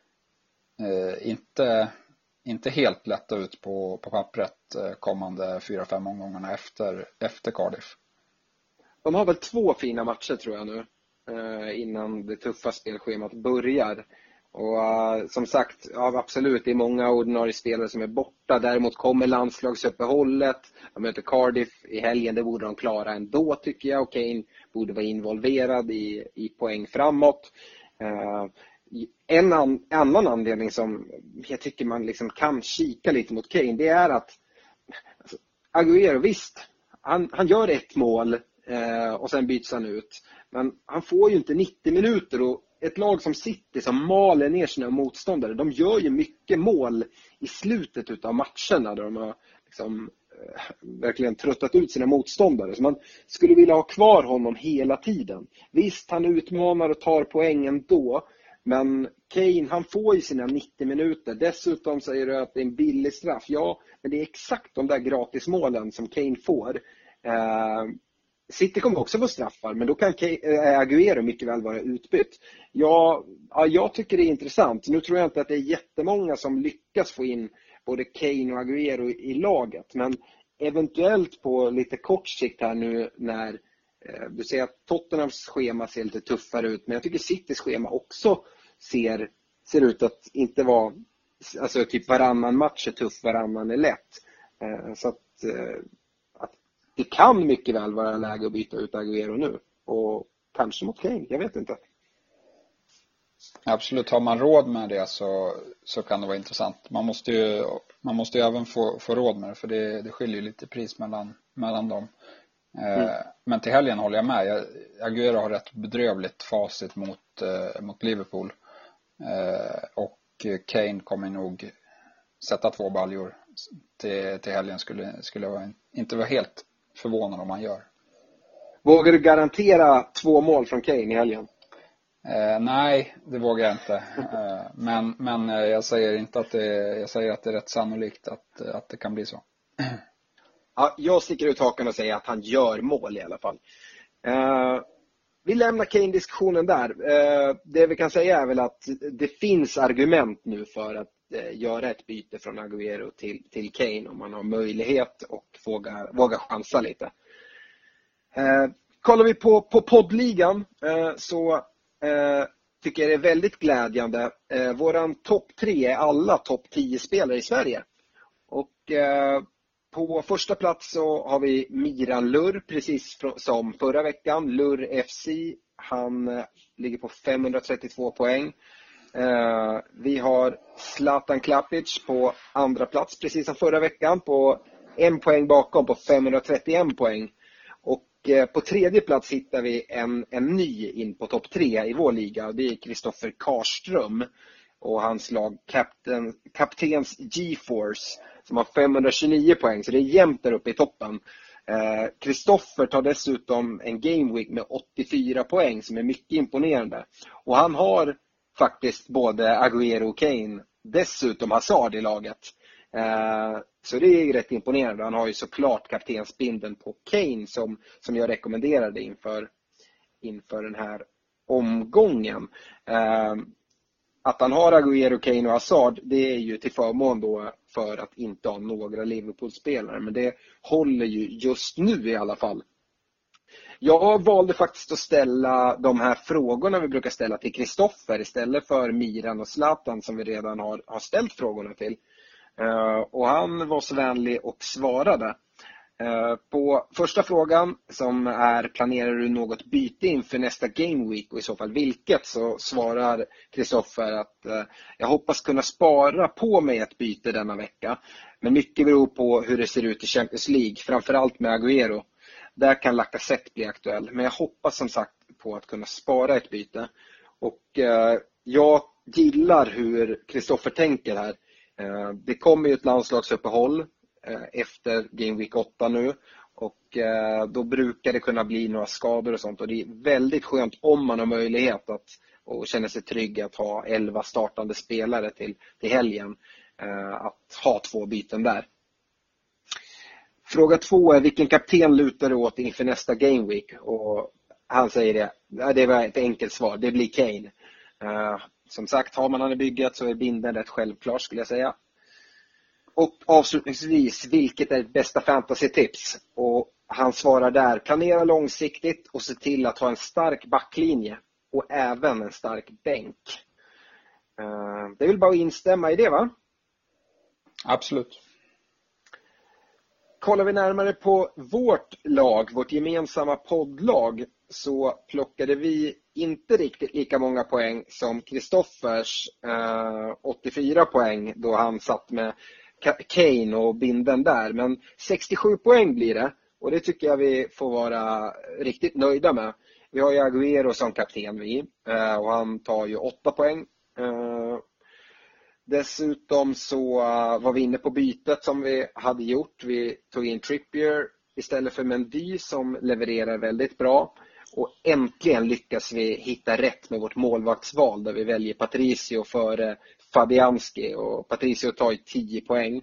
inte helt lätta ut på pappret kommande 4-5 omgångarna efter Cardiff. De har väl 2 fina matcher, tror jag, nu innan det tuffa spelschemat börjar. Och som sagt, ja, absolut, det är många ordinarie spelare som är borta. Däremot kommer landslagsuppehållet. De möter Cardiff i helgen, det borde de klara ändå, tycker jag. Och Kane borde vara involverad i poäng framåt. En annan anledning som jag tycker man liksom kan kika lite mot Kane, det är att alltså, Agüero, visst, han gör 1 mål och sen byts han ut. Men han får ju inte 90 minuter, och ett lag som City som maler ner sina motståndare, de gör ju mycket mål i slutet av matcherna där de har liksom, verkligen tröttat ut sina motståndare. Så man skulle vilja ha kvar honom hela tiden. Visst, han utmanar och tar poängen då, men Kane, han får ju sina 90 minuter. Dessutom säger du att det är en billig straff. Ja, men det är exakt de där gratismålen som Kane får. City kommer också få straffar, men då kan Agüero mycket väl vara utbytt. Ja, jag tycker det är intressant. Nu tror jag inte att det är jättemånga som lyckas få in både Kane och Agüero i laget, men eventuellt på lite kort sikt här nu när Du ser att Tottenhams schema ser lite tuffare ut, men jag tycker Citys schema också ser ut att inte vara, alltså typ varannan match är tuff, varannan är lätt. Så att det kan mycket väl vara läge att byta ut Agüero nu. Och kanske mot Kane, jag vet inte. Absolut, har man råd med det så kan det vara intressant. Man måste ju även få råd med det, för det skiljer lite pris mellan dem. Men till helgen håller jag med. Agüero har rätt bedrövligt facit mot Liverpool. Och Kane kommer nog sätta 2 baljor till helgen. Skulle inte vara helt förvånad om han gör. Vågar du garantera 2 mål från Kane i helgen? Nej, det vågar jag inte. Men jag säger inte att jag säger att det är rätt sannolikt att det kan bli så. Ja, jag sticker ut hakan och säger att han gör mål i alla fall. Vi lämnar Kane-diskussionen där. Det vi kan säga är väl att det finns argument nu för att göra ett byte från Agüero till Kane om man har möjlighet och vågar chansa lite. Kollar vi på poddligan så tycker jag det är väldigt glädjande. Våran topp 3 är alla topp 10 spelare i Sverige. Och på första plats så har vi Miran Lurr, precis som förra veckan. Lurr FC, han ligger på 532 poäng. Vi har Zlatan Klapic på andra plats, precis som förra veckan, på 1 poäng bakom på 531 poäng. Och på tredje plats hittar vi en ny in på topp 3 i vår liga. Det är Kristoffer Karström och hans lag Kaptens G-Force som har 529 poäng. Så det är jämnt där uppe i toppen. Kristoffer tar dessutom en Game Week med 84 poäng som är mycket imponerande. Och han har faktiskt både Agüero och Kane, dessutom Hazard i laget. Så det är rätt imponerande. Han har ju såklart kaptensbindeln på Kane som jag rekommenderade inför den här omgången. Att han har Agüero, Kane och Hazard, det är ju till förmån då för att inte ha några Liverpool-spelare. Men det håller ju just nu i alla fall. Jag valde faktiskt att ställa de här frågorna vi brukar ställa till Kristoffer istället för Miran och Zlatan som vi redan har ställt frågorna till. Och han var så vänlig och svarade. På första frågan som är: planerar du något byte inför nästa Game Week och i så fall vilket? Så svarar Kristoffer att jag hoppas kunna spara på mig ett byte denna vecka. Men mycket beror på hur det ser ut i Champions League, framförallt med Agüero. Där kan Lacazette bli aktuell. Men jag hoppas som sagt på att kunna spara ett byte. Och jag gillar hur Kristoffer tänker här. Det kommer ju ett landslagsuppehåll efter Game Week 8 nu. Och då brukar det kunna bli några skador och sånt. Och det är väldigt skönt om man har möjlighet och känner sig trygg att ha 11 startande spelare till helgen. Att ha 2 byten där. Fråga 2 är: vilken kapten lutar du åt inför nästa Game Week? Och han säger det var ett enkelt svar, det blir Kane. Som sagt, har man han i bygget så är binden rätt självklart skulle jag säga. Och avslutningsvis, vilket är bästa fantasy-tips? Och han svarar där: planera långsiktigt och se till att ha en stark backlinje och även en stark bänk. Det är väl bara att instämma i det, va? Absolut. Kollar vi närmare på vårt lag, vårt gemensamma poddlag, så plockade vi inte riktigt lika många poäng som Kristoffers 84 poäng då han satt med Kane och binden där. Men 67 poäng blir det och det tycker jag vi får vara riktigt nöjda med. Vi har ju Agüero som kapten och han tar ju 8 poäng. Dessutom så var vi inne på bytet som vi hade gjort. Vi tog in Trippier istället för Mendy som levererar väldigt bra. Och äntligen lyckas vi hitta rätt med vårt målvaktsval där vi väljer Patricio före Fabianski. Och Patricio tar ju 10 poäng.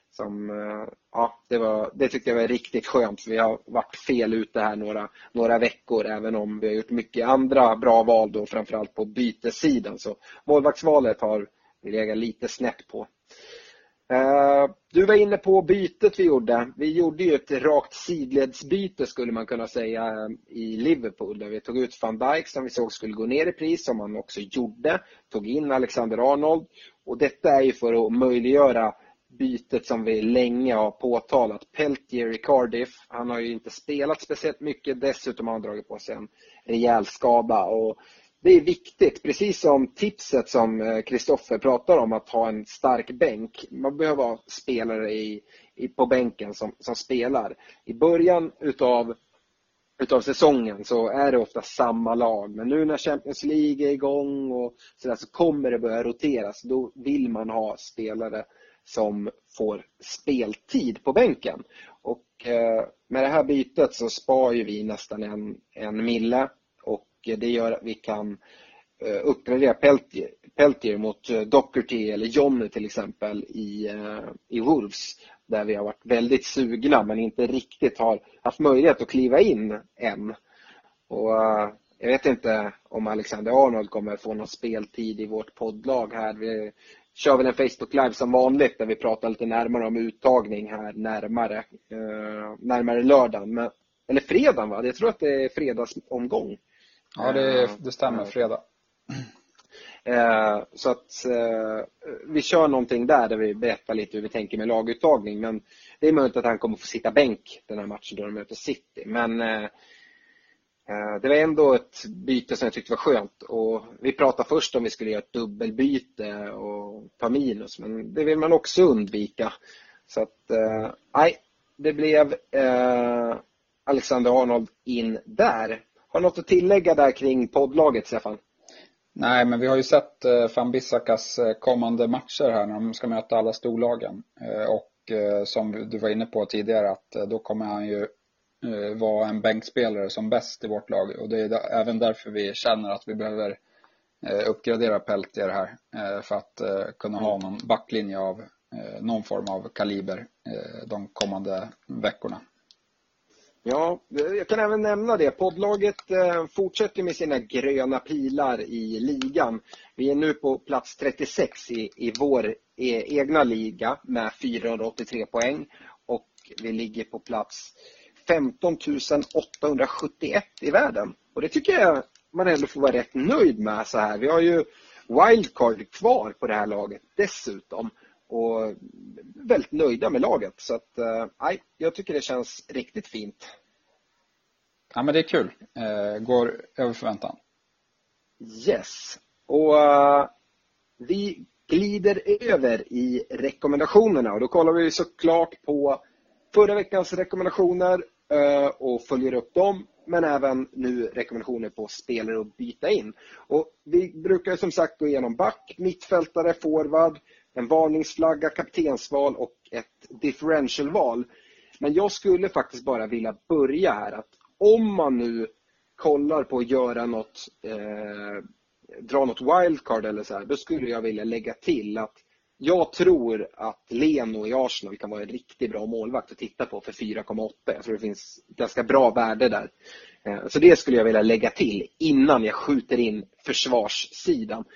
Det tyckte jag var riktigt skönt, för vi har varit fel ute här några veckor, även om vi har gjort mycket andra bra val då, framförallt på bytessidan. Så målvaktsvalet har vi legat lite snett på. Du var inne på bytet vi gjorde. Vi gjorde ju ett rakt sidledsbyte skulle man kunna säga i Liverpool. Där vi tog ut Van Dijk som vi såg skulle gå ner i pris, som han också gjorde. Tog in Alexander Arnold. Och detta är ju för att möjliggöra bytet som vi länge har påtalat. Peltier i Cardiff. Han har ju inte spelat speciellt mycket. Dessutom har han dragit på sig en rejäl skada. Och det är viktigt, precis som tipset som Kristoffer pratar om, att ha en stark bänk. Man behöver ha spelare på bänken som spelar. I början utav säsongen så är det ofta samma lag. Men nu när Champions League är igång och så kommer det börja roteras. Då vill man ha spelare som får speltid på bänken. Och med det här bytet så sparar ju vi nästan en mille. Och det gör att vi kan uppgradera Peltier mot Doherty eller Johnny till exempel i Wolves. Där vi har varit väldigt sugna men inte riktigt har haft möjlighet att kliva in än. Och jag vet inte om Alexander Arnold kommer få någon speltid i vårt poddlag här. Vi kör väl en Facebook Live som vanligt där vi pratar lite närmare om uttagning här närmare lördagen. Eller fredagen va? Jag tror att det är fredagsomgång. Ja, det stämmer, fredag. Så att vi kör någonting där vi berättar lite hur vi tänker med laguttagning. Men det är möjligt att han kommer få sitta bänk den här matchen då de möter City. Men det var ändå ett byte som jag tyckte var skönt. Och vi pratade först om vi skulle göra ett dubbelbyte och ta minus. Men det vill man också undvika. Så att nej, det blev Alexander Arnold in där. Har du något att tillägga där kring poddlaget, Stefan? Nej, men vi har ju sett Van Bissakas kommande matcher här när de ska möta alla storlagen. Och som du var inne på tidigare att då kommer han ju vara en bänkspelare som bäst i vårt lag. Och det är även därför vi känner att vi behöver uppgradera Peltier här. För att kunna ha någon backlinje av någon form av kaliber de kommande veckorna. Ja, jag kan även nämna det. Poddlaget fortsätter med sina gröna pilar i ligan. Vi är nu på plats 36 i vår egna liga med 483 poäng. Och vi ligger på plats 15 871 i världen. Och det tycker jag man ändå får vara rätt nöjd med så här. Vi har ju wildcard kvar på det här laget dessutom. Och väldigt nöjda med laget. Så att, jag tycker det känns riktigt fint. Ja, men det är kul. Går över förväntan. Yes. Och vi glider över i rekommendationerna. Och då kollar vi såklart på förra veckans rekommendationer och följer upp dem. Men även nu rekommendationer på spelare att byta in. Och vi brukar som sagt gå igenom back, mittfältare, forward, en varningsflagga, kaptensval och ett differentialval. Men jag skulle faktiskt bara vilja börja här att om man nu kollar på att göra något, dra något wildcard eller så här, då skulle jag vilja lägga till att jag tror att Leno i Arsenal kan vara en riktigt bra målvakt att titta på för 4,8. Jag tror det finns ganska bra värde där. Så det skulle jag vilja lägga till innan jag skjuter in försvarssidan.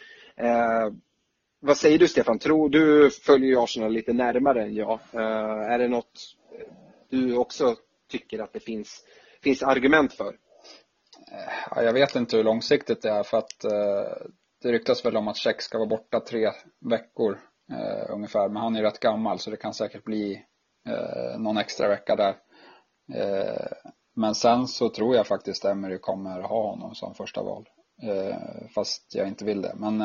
Vad säger du, Stefan? Tror du följer Arsenal lite närmare än jag? Är det något du också tycker att det finns argument för? Ja, jag vet inte hur långsiktigt det är för att det ryktas väl om att Check ska vara borta 3 veckor ungefär. Men han är rätt gammal så det kan säkert bli någon extra vecka där. Men sen så tror jag faktiskt att Emery kommer ha honom som första val. Fast jag inte vill det. Men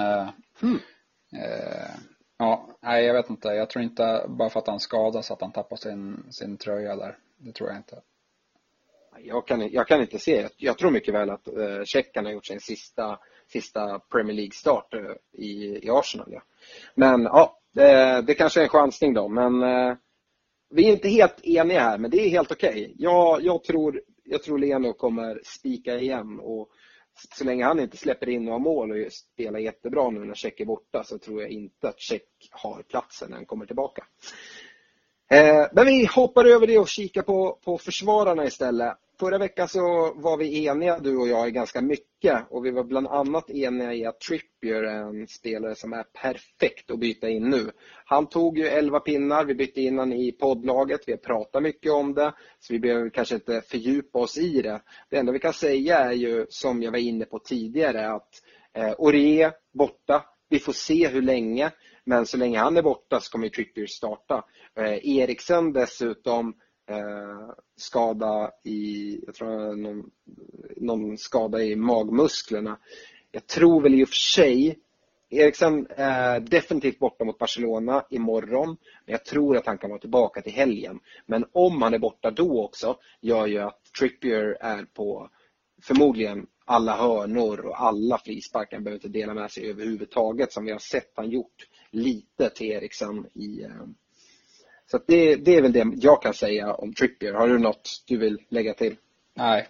ja, nej, jag vet inte. Jag tror inte bara för att han skadas att han tappar sin tröja där. Det tror jag inte. Jag kan inte se. Jag tror mycket väl att Tjeckien har gjort sin sista Premier League-start i Arsenal. Ja. Men ja, det kanske är en chansning då. Men vi är inte helt eniga här, men det är helt okej. Jag tror Leno kommer spika igen. Och så länge han inte släpper in några mål och spelar jättebra nu när Tjeck är borta, så tror jag inte att Tjeck har platsen när han kommer tillbaka. Men vi hoppar över det och kikar på försvararna istället. Förra veckan så var vi eniga, du och jag, i ganska mycket. Och vi var bland annat eniga i att Trippier är en spelare som är perfekt att byta in nu. Han tog ju 11 pinnar, vi bytte in han i poddlaget. Vi har pratat mycket om det, så vi behöver kanske inte fördjupa oss i det. Det enda vi kan säga är ju, som jag var inne på tidigare, att Aurier borta. Vi får se hur länge, men så länge han är borta så kommer Trippier starta. Eriksen dessutom skada i, jag tror någon skada i magmusklerna. Jag tror väl i och för sig Eriksen är definitivt borta mot Barcelona imorgon, men jag tror att han kan vara tillbaka till helgen. Men om han är borta då också, gör ju att Trippier är på förmodligen alla hörnor och alla frisparkar. Han behöver inte dela med sig överhuvudtaget, som vi har sett han gjort lite till Eriksen i. Så att det är väl det jag kan säga om Trippier. Har du något du vill lägga till? Nej.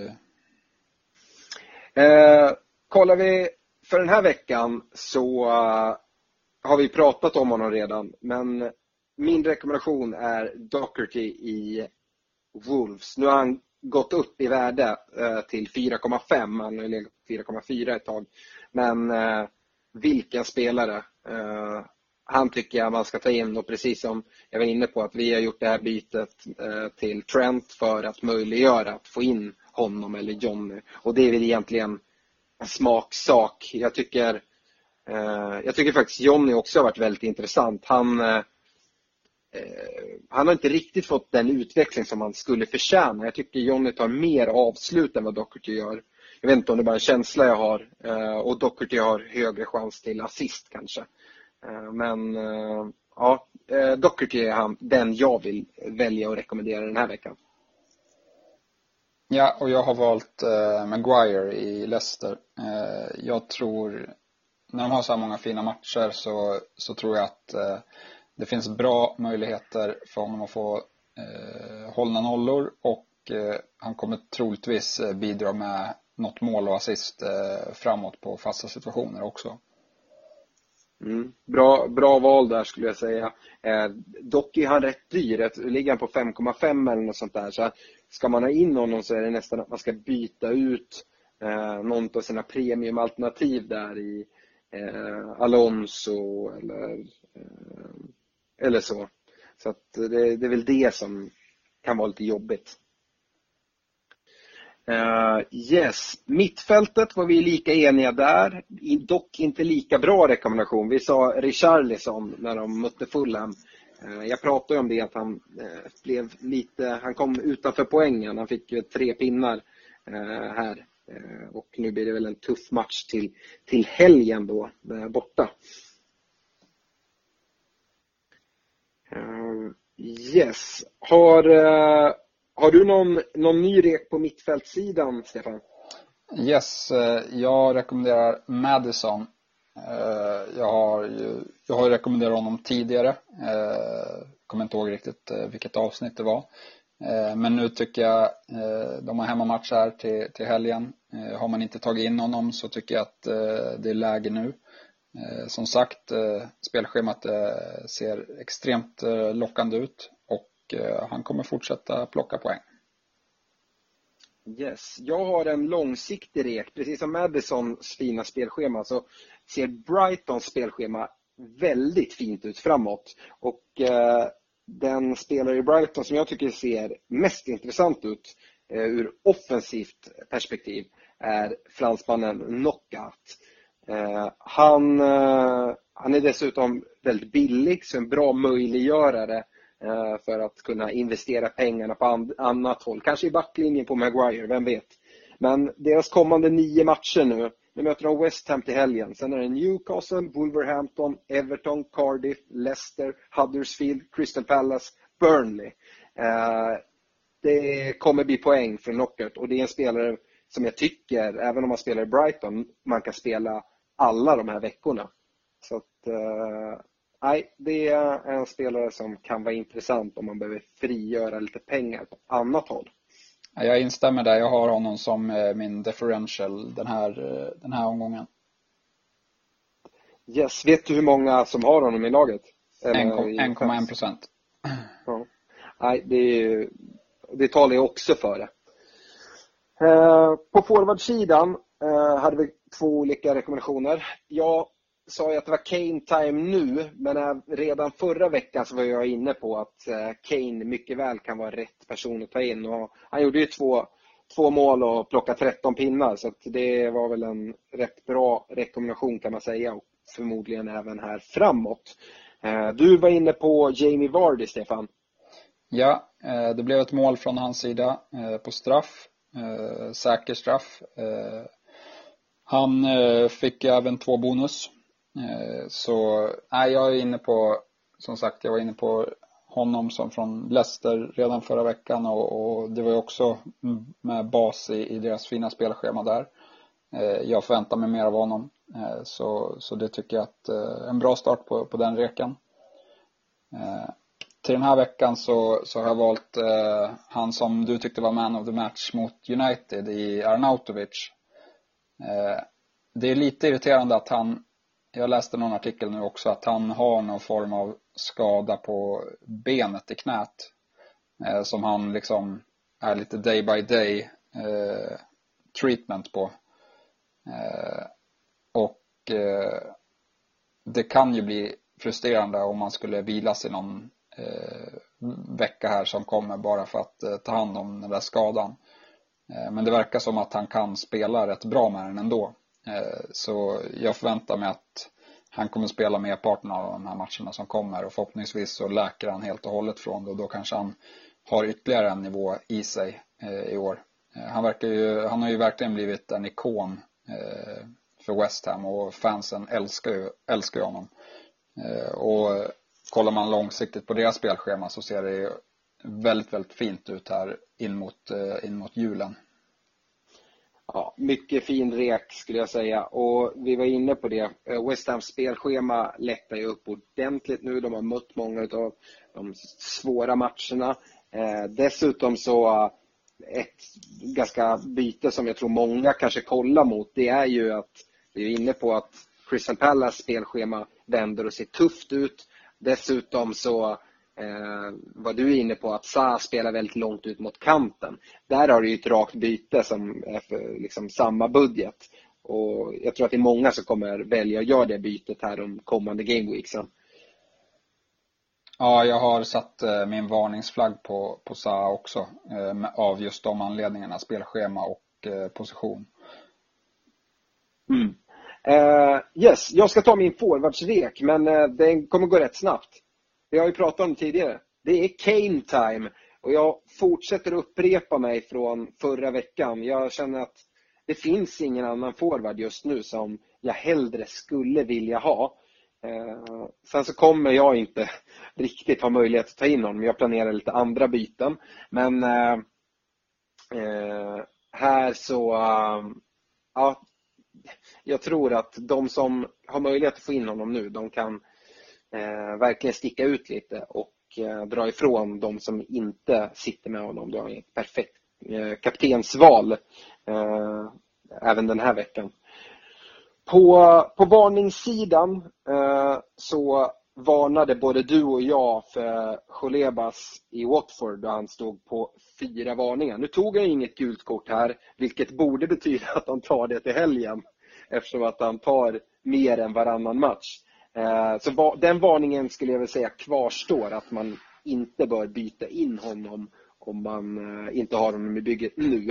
Kollar vi för den här veckan så har vi pratat om honom redan. Men min rekommendation är Doherty i Wolves. Nu har han gått upp i värde till 4,5. Han har legat 4,4 ett tag. Men vilken spelare. Han tycker jag man ska ta in, och precis som jag var inne på att vi har gjort det här bytet till Trent för att möjliggöra att få in honom eller Johnny. Och det är väl egentligen en smaksak. Jag tycker faktiskt Johnny också har varit väldigt intressant. Han har inte riktigt fått den utveckling som han skulle förtjäna. Jag tycker Johnny tar mer avslut än vad Doherty gör. Jag vet inte om det bara är en känsla jag har. Och Doherty har högre chans till assist kanske. Men ja, Doherty är den jag vill välja och rekommendera den här veckan. Ja, och jag har valt Maguire i Leicester. Jag tror, när de har så här många fina matcher så tror jag att det finns bra möjligheter för honom att få hållna nollor. Och han kommer troligtvis bidra med något mål och assist framåt på fasta situationer också. Bra val där skulle jag säga. Dock är han rätt dyr. Ligger han på 5,5 eller något sånt där. Så ska man ha in honom så är det nästan att man ska byta ut någon av sina premiumalternativ där i Alonso eller så. Så att det är väl det som kan vara lite jobbigt. Yes, mittfältet var vi lika eniga där, dock inte lika bra rekommendation. Vi sa Richarlison när de mötte Fulham. Jag pratade om det att han blev han kom utanför poängen. Han fick 3 pinnar här, och nu blir det väl en tuff match till helgen då borta. Yes, har du någon ny rek på mittfältssidan, Stefan? Yes, jag rekommenderar Maddison. Jag har rekommenderat honom tidigare. Kommer inte ihåg riktigt vilket avsnitt det var. Men nu tycker jag de har hemmamatch här till helgen. Har man inte tagit in honom så tycker jag att det är läge nu. Som sagt, spelschemat ser extremt lockande ut. Han kommer fortsätta plocka poäng. Yes, jag har en långsiktig rek. Precis som Maddisons fina spelschema så ser Brightons spelschema väldigt fint ut framåt. Och den spelare i Brighton som jag tycker ser mest intressant ut ur offensivt perspektiv är fransmannen Knockout. Han är dessutom väldigt billig, så en bra möjliggörare för att kunna investera pengarna på annat håll. Kanske i backlinjen på Maguire, vem vet. Men deras kommande 9 matcher nu möter de West Ham till helgen. Sen är det Newcastle, Wolverhampton, Everton, Cardiff, Leicester, Huddersfield, Crystal Palace, Burnley. Det kommer bli poäng för Knockout, och det är en spelare som jag tycker, även om man spelar i Brighton, man kan spela alla de här veckorna. Så att det är en spelare som kan vara intressant om man behöver frigöra lite pengar på annat håll. Jag instämmer där. Jag har honom som min differential den här omgången. Yes, vet du hur många som har honom i laget? 1,1%. Ja. Nej, det talar ju också för det. På forwardsidan hade vi 2 olika rekommendationer. Jag sa ju att det var Kane time nu, men redan förra veckan så var jag inne på att Kane mycket väl kan vara rätt person att ta in. Och han gjorde ju två mål och plockade 13 pinnar, så att det var väl en rätt bra rekommendation kan man säga, och förmodligen även här framåt. Du var inne på Jamie Vardy, Stefan. Ja, det blev ett mål från hans sida på straff, säker straff. Han fick även 2 bonus. Så jag är inne på, som sagt, jag var inne på honom som från Leicester redan förra veckan, och det var ju också med bas i deras fina spelschema där. Jag förväntar mig mer av honom, så det tycker jag att en bra start på den reken. Till den här veckan så har jag valt han som du tyckte var man of the match mot United i Arnautovic. Det är lite irriterande att jag läste någon artikel nu också, att han har någon form av skada på benet i knät, som han liksom är lite day by day treatment på. Och det kan ju bli frustrerande om man skulle vila sig någon vecka här som kommer bara för att ta hand om den där skadan. Men det verkar som att han kan spela rätt bra med den ändå. Så jag förväntar mig att han kommer spela merparten av de här matcherna som kommer, och förhoppningsvis så läker han helt och hållet från det, och då kanske han har ytterligare en nivå i sig i år. Han har ju verkligen blivit en ikon för West Ham, och fansen älskar honom. Och kollar man långsiktigt på deras spelschema så ser det väldigt, väldigt fint ut här in mot julen. Ja, mycket fin rek skulle jag säga, och vi var inne på det. West Hams spelschema lättar ju upp ordentligt nu. De har mött många av de svåra matcherna. Dessutom så ett ganska byte som jag tror många kanske kollar mot, det är ju att vi är inne på att Crystal Palace spelschema vänder och ser tufft ut. Dessutom så var du inne på att Sa spelar väldigt långt ut mot kanten. Där har du ju ett rakt byte som är för liksom samma budget. Och jag tror att det är många som kommer välja att göra det bytet här de kommande gameweeksen. Ja, jag har satt min varningsflagg på Sa också, av just de anledningarna, spelschema och position. Yes, jag ska ta min forwardsrek, men den kommer gå rätt snabbt. Vi har ju pratat om det tidigare. Det är Kane time, och jag fortsätter upprepa mig från förra veckan. Jag känner att det finns ingen annan forward just nu som jag hellre skulle vilja ha. Sen så kommer jag inte riktigt ha möjlighet att ta in honom. Jag planerar lite andra byten. Men här så ja, jag tror att de som har möjlighet att få in honom nu, de kan verkligen sticka ut lite och dra ifrån de som inte sitter med honom. Det är ett perfekt kaptensval även den här veckan. På varningssidan så varnade både du och jag för Cholebas i Watford, där han stod på 4 varningar. Nu tog jag inget gult kort här, vilket borde betyda att han tar det till helgen, eftersom att han tar mer än varannan match. Så den varningen skulle jag väl säga kvarstår, att man inte bör byta in honom om man inte har honom i bygget nu.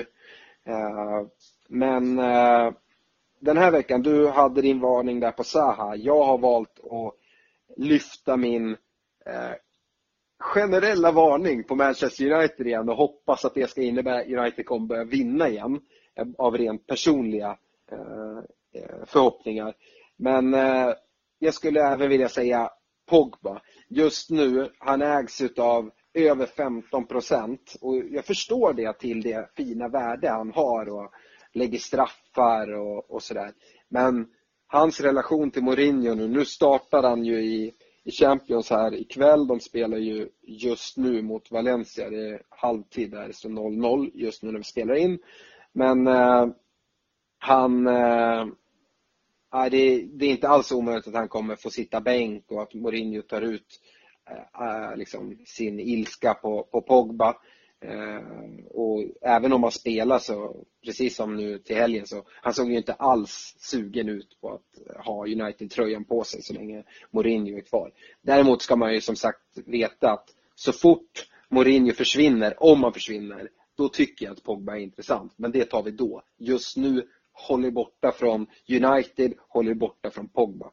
Men den här veckan, du hade din varning där på Zaha. Jag har valt att lyfta min generella varning på Manchester United igen, och hoppas att det ska innebära att United kommer börja vinna igen av rent personliga förhoppningar. Men jag skulle även vilja säga Pogba. Just nu, han ägs av över 15%, och jag förstår det till det fina värde han har och lägger straffar och sådär. Men hans relation till Mourinho nu startar han ju i Champions här ikväll. De spelar ju just nu mot Valencia. Det är halvtid där, så 0-0 just nu när vi spelar in. Men det är inte alls omöjligt att han kommer få sitta bänk, och att Mourinho tar ut liksom sin ilska på Pogba. Och även om han spelar så, precis som nu till helgen, så han såg ju inte alls sugen ut på att ha United-tröjan på sig så länge Mourinho är kvar. Däremot ska man ju som sagt veta att så fort Mourinho försvinner, om han försvinner, då tycker jag att Pogba är intressant. Men det tar vi då. Just nu håller borta från United, håller borta från Pogba.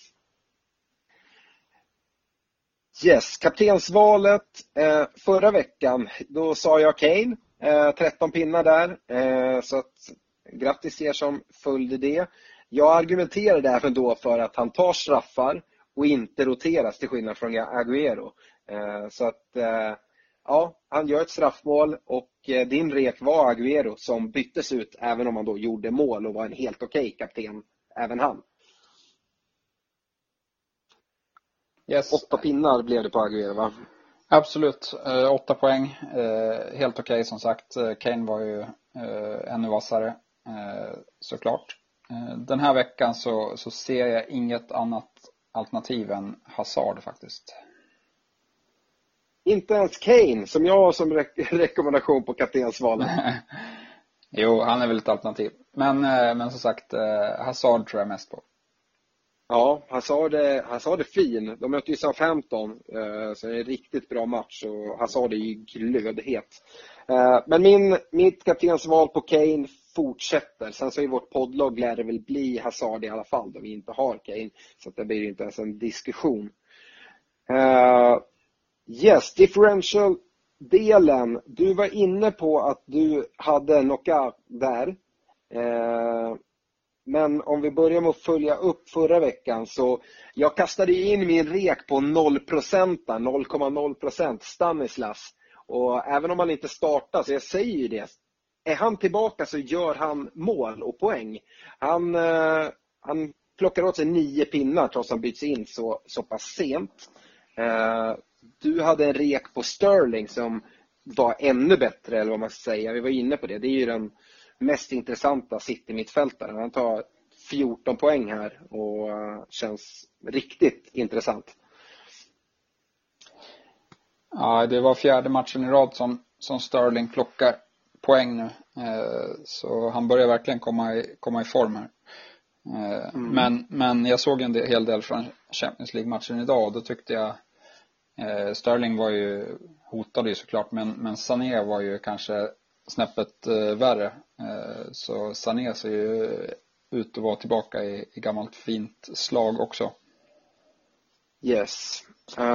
Yes, kaptensvalet förra veckan, då sa jag Kane, 13 pinnar där, så att grattis er som följde det. Jag argumenterade även då för att han tar straffar och inte roteras till skillnad från Agüero. Så att ja, han gör ett straffmål och din rek var Agüero som byttes ut även om han då gjorde mål och var en helt okej kapten, även han. Yes. 8 pinnar blev det på Agüero, va? Absolut, 8 poäng, helt okej som sagt. Kane var ju ännu vassare, såklart. Den här veckan så ser jag inget annat alternativ än Hazard faktiskt. Inte ens Kane, som jag har som rekommendation på kaptensvalet. Jo, han är väl ett alternativ. Men som sagt, Hazard tror jag mest på. Ja, Hazard är fin. De möter ju Southampton, så det är en riktigt bra match och Hazard är ju glödhet. Men mitt kaptensval på Kane fortsätter. Sen så i vårt poddlag lär det väl bli Hazard i alla fall, då vi inte har Kane. Så att det blir inte ens en diskussion. Yes, differential-delen. Du var inne på att du hade knockout där. Men om vi börjar med att följa upp förra veckan, så jag kastade in min rek på 0,0% Stanislas. Och även om han inte startar, så jag säger ju det, är han tillbaka så gör han mål och poäng. Han plockar åt sig 9 pinnar trots att han byts in så pass sent. Du hade en rek på Sterling som var ännu bättre, eller vad man ska säga. Vi var inne på det. Det är ju den mest intressanta City-mittfältaren. Han tar 14 poäng här och känns riktigt intressant. Ja, det var 4:e matchen i rad som Sterling plockar poäng nu. Så han börjar verkligen komma i form här. Men jag såg en hel del från Champions League-matchen idag, och då tyckte jag Sterling var ju hotad ju såklart, men Sané var ju kanske snäppet värre. Så Sané ser ju ut att vara tillbaka i gammalt fint slag också. Yes.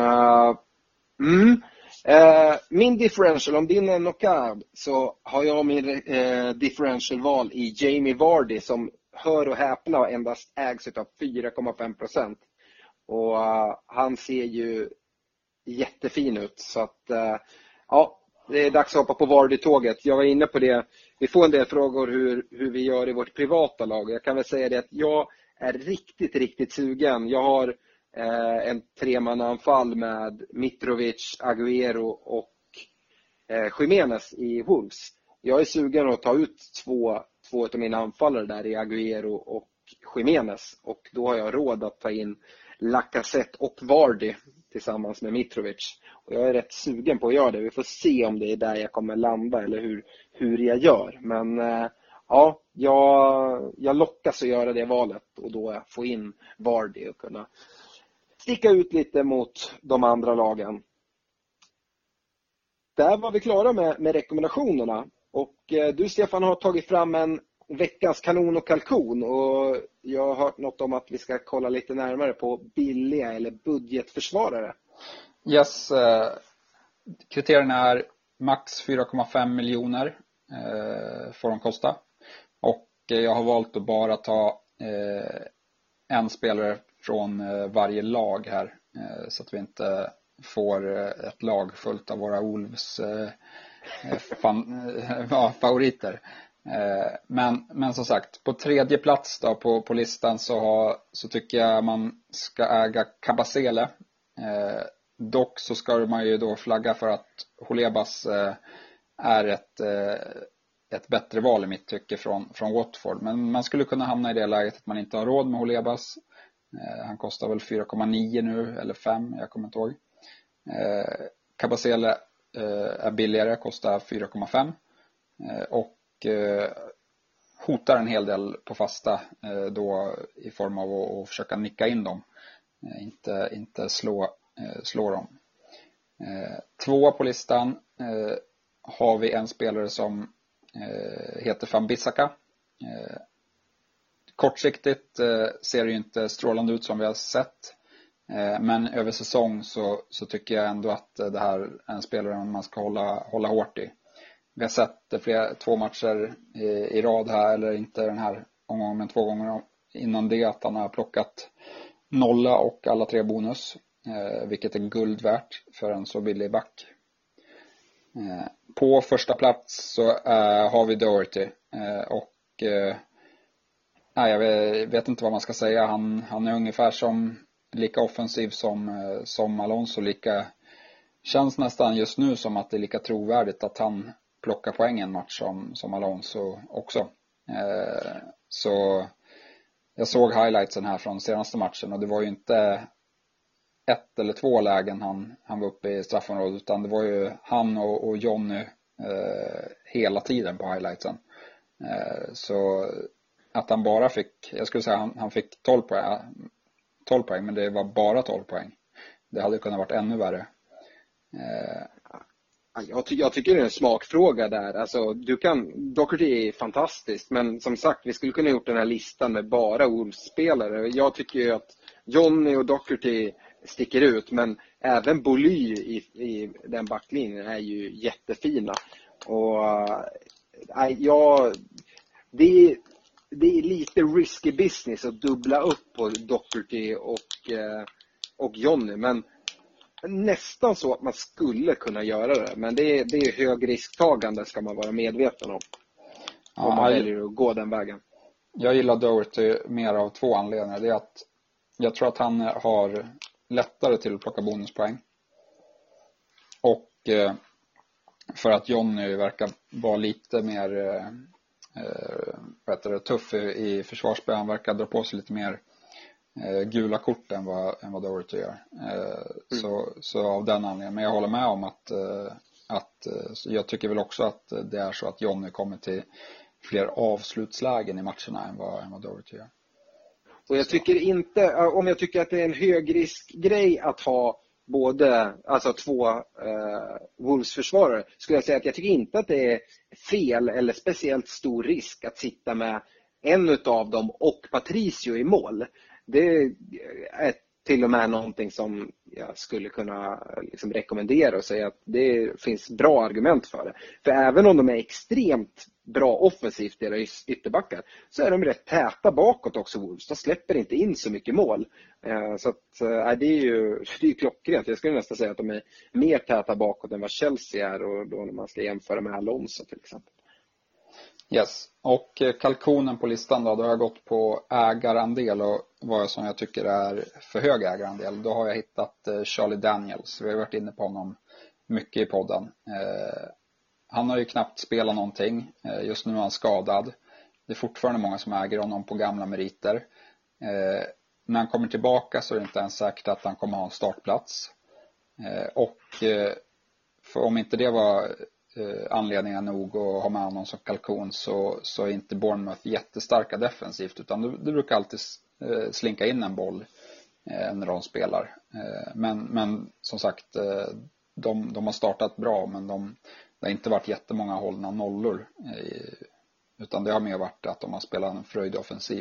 Min differential, om din är knockout, så har jag min differential-val i Jamie Vardy, som hör och häpna endast ägs av 4,5%. Och han ser ju jättefin ut. Så att ja, det är dags att hoppa på Vardy-tåget. Jag var inne på det. Vi får en del frågor hur vi gör i vårt privata lag. Jag kan väl säga det att jag är riktigt sugen. Jag har en 3-mananfall med Mitrovic, Agüero och Jimenez i Wolves. Jag är sugen att ta ut två av mina anfallare där i Agüero och Jimenez. Och då har jag råd att ta in Lacazette och Vardy tillsammans med Mitrovic. Och jag är rätt sugen på att göra det. Vi får se om det är där jag kommer landa eller hur jag gör. Men ja, jag lockas att göra det valet och då få in Vardy och kunna sticka ut lite mot de andra lagen. Där var vi klara med rekommendationerna. Och du, Stefan, har tagit fram en veckans kanon och kalkon, och jag har hört något om att vi ska kolla lite närmare på billiga eller budgetförsvarare. Yes, kriterierna är max 4,5 miljoner får de kosta. Och jag har valt att bara ta en spelare från varje lag här, så att vi inte får ett lag fullt av våra Wolves favoriter. Men som sagt, på 3:e plats då på listan så tycker jag man ska äga Kabasele. Dock så ska man ju då flagga för att Holebas är ett bättre val i mitt tycke från Watford. Men man skulle kunna hamna i det läget att man inte har råd med Holebas. Han kostar väl 4,9 nu eller 5, jag kommer inte ihåg. Kabasele är billigare, kostar 4,5 och hotar en hel del på fasta då i form av att försöka nicka in dem, inte slå dem. 2 på listan har vi en spelare som heter Van Bissaka. Kortsiktigt ser det ju inte strålande ut som vi har sett. Men över säsong så tycker jag ändå att det här är en spelare man ska hålla hårt i. Vi har sett 2 matcher i rad här, eller inte den här omgången men 2 gånger innan det, att han har plockat 0 och alla 3 bonus. Vilket är guld värt för en så billig back. På första plats så har vi Doherty. Jag vet inte vad man ska säga. Han är ungefär lika offensiv som Alonso. Känns nästan just nu som att det är lika trovärdigt att han plockar poäng i en match som Alonso också. Så jag såg highlightsen här från senaste matchen, och det var ju inte 1 eller 2 lägen han var uppe i straffområdet, utan det var ju han och Johnny hela tiden på highlightsen. Så att han bara fick, jag skulle säga han fick 12 poäng, men det var bara 12 poäng. Det hade kunnat varit ännu värre. Jag tycker det är en smakfråga där. Alltså, Doherty är fantastiskt, men som sagt, vi skulle kunna gjort den här listan med bara Wolves-spelare. Jag tycker ju att Johnny och Doherty sticker ut, men även Boly i den backlinjen är ju jättefina. Och det är lite risky business att dubbla upp på Doherty och Johnny, men nästan så att man skulle kunna göra det. Men det är hög risktagande, ska man vara medveten om. Om man väljer att gå den vägen. Jag gillar Doherty mer av 2 anledningar. Det är att jag tror att han har lättare till att plocka bonuspoäng. Och för att Johnny verkar vara lite mer tuff i försvarsspel. Han verkar dra på sig lite mer gula kort än vad Doherty gör. Så av den anledningen. Men jag håller med om att jag tycker väl också att det är så att Johnny kommer till fler avslutslägen i matcherna än vad Doherty gör. Och jag tycker inte, om jag tycker att det är en högriskgrej att ha alltså 2 Wolves-försvarare, skulle jag säga att jag tycker inte att det är fel eller speciellt stor risk att sitta med en utav dem och Patricio i mål. Det är till och med någonting som jag skulle kunna liksom rekommendera och säga att det finns bra argument för det. För även om de är extremt bra offensivt, deras ytterbackar, så är de rätt täta bakåt också, Wolves. De släpper inte in så mycket mål. Så att, det är ju klockrent. Jag skulle nästan säga att de är mer täta bakåt än vad Chelsea är, och då när man ska jämföra med Alonso till exempel. Yes, och kalkonen på listan då har jag gått på ägarandel, och vad som jag tycker är för hög ägarandel. Då har jag hittat Charlie Daniels. Vi har varit inne på honom mycket i podden. Han har ju knappt spelat någonting. Just nu är han skadad. Det är fortfarande många som äger honom på gamla meriter. När han kommer tillbaka så är det inte ens säkert att han kommer ha en startplats. För om inte det var anledningar nog att ha med honom som kalkon, så är inte Bournemouth jättestarka defensivt, utan det brukar alltid slinka in en boll när de spelar. Men som sagt, de har startat bra, men det har inte varit jättemånga hållna nollor, utan det har mer varit att de har spelat en fröjd offensiv.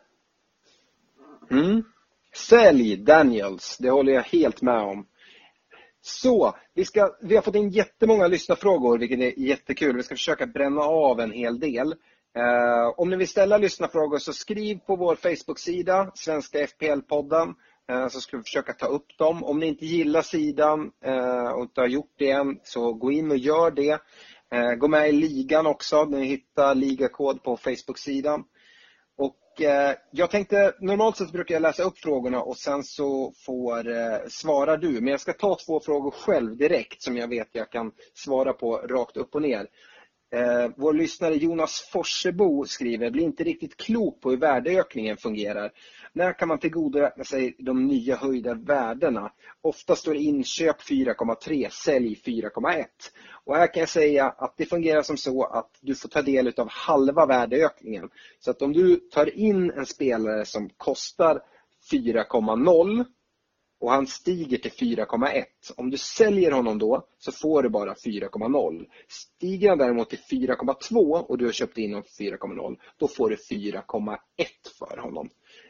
Sälj Daniels, det håller jag helt med om. Så, vi har fått in jättemånga lyssnarfrågor, vilket är jättekul. Vi ska försöka bränna av en hel del. Om ni vill ställa lyssnarfrågor, så skriv på vår Facebook-sida, Svenska FPL-podden, så ska vi försöka ta upp dem. Om ni inte gillar sidan och inte har gjort det än, så gå in och gör det. Gå med i ligan också, ni hittar ligakod på Facebook-sidan. Och jag tänkte, normalt sett brukar jag läsa upp frågorna och sen så svarar du. Men jag ska ta 2 frågor själv direkt som jag vet jag kan svara på rakt upp och ner. Vår lyssnare Jonas Forsebo skriver: blir inte riktigt klok på hur värdeökningen fungerar. När kan man tillgodoräkna sig de nya höjda värdena? Ofta står inköp 4,3, sälj 4,1. Och här kan jag säga att det fungerar som så att du får ta del av halva värdeökningen. Så att om du tar in en spelare som kostar 4,0 och han stiger till 4,1. Om du säljer honom då så får du bara 4,0. Stiger han däremot till 4,2 och du har köpt in honom för 4,0, då får du 4,1 för honom.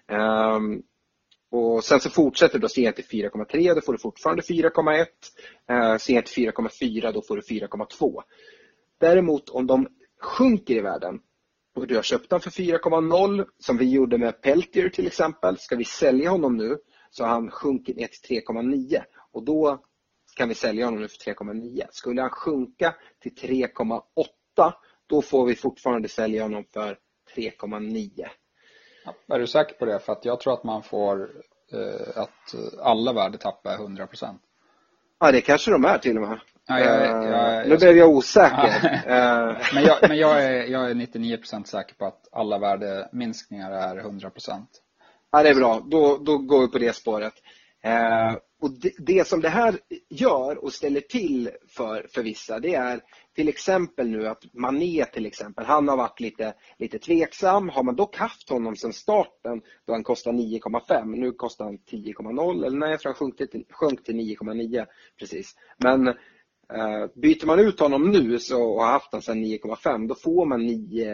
Och sen så fortsätter du, stiger till 4,3, då får du fortfarande 4,1. Stiger till 4,4, då får du 4,2. Däremot om de sjunker i värden och du har köpt dem för 4,0, som vi gjorde med Peltier till exempel, ska vi sälja honom nu, så han sjunker ner till 3,9 och då kan vi sälja honom nu för 3,9. Skulle han sjunka till 3,8, då får vi fortfarande sälja honom för 3,9. Ja, är du säker på det? För att jag tror att man får att alla värdetapp är 100%. Ja, det kanske de är till och med. Ja, nu blev jag osäker. Men jag är 99% säker på att alla värdeminskningar är 100%. Ja, det är bra. Då går vi på det spåret. Och det som det här gör och ställer till för vissa, det är till exempel nu att Mané till exempel, han har varit lite tveksam. Har man dock haft honom sedan starten då han kostar 9,5, nu kostar han 10,0 eller nej, jag tror han sjönk till 9,9 precis. Men byter man ut honom nu så och har haft han sedan 9,5, då får man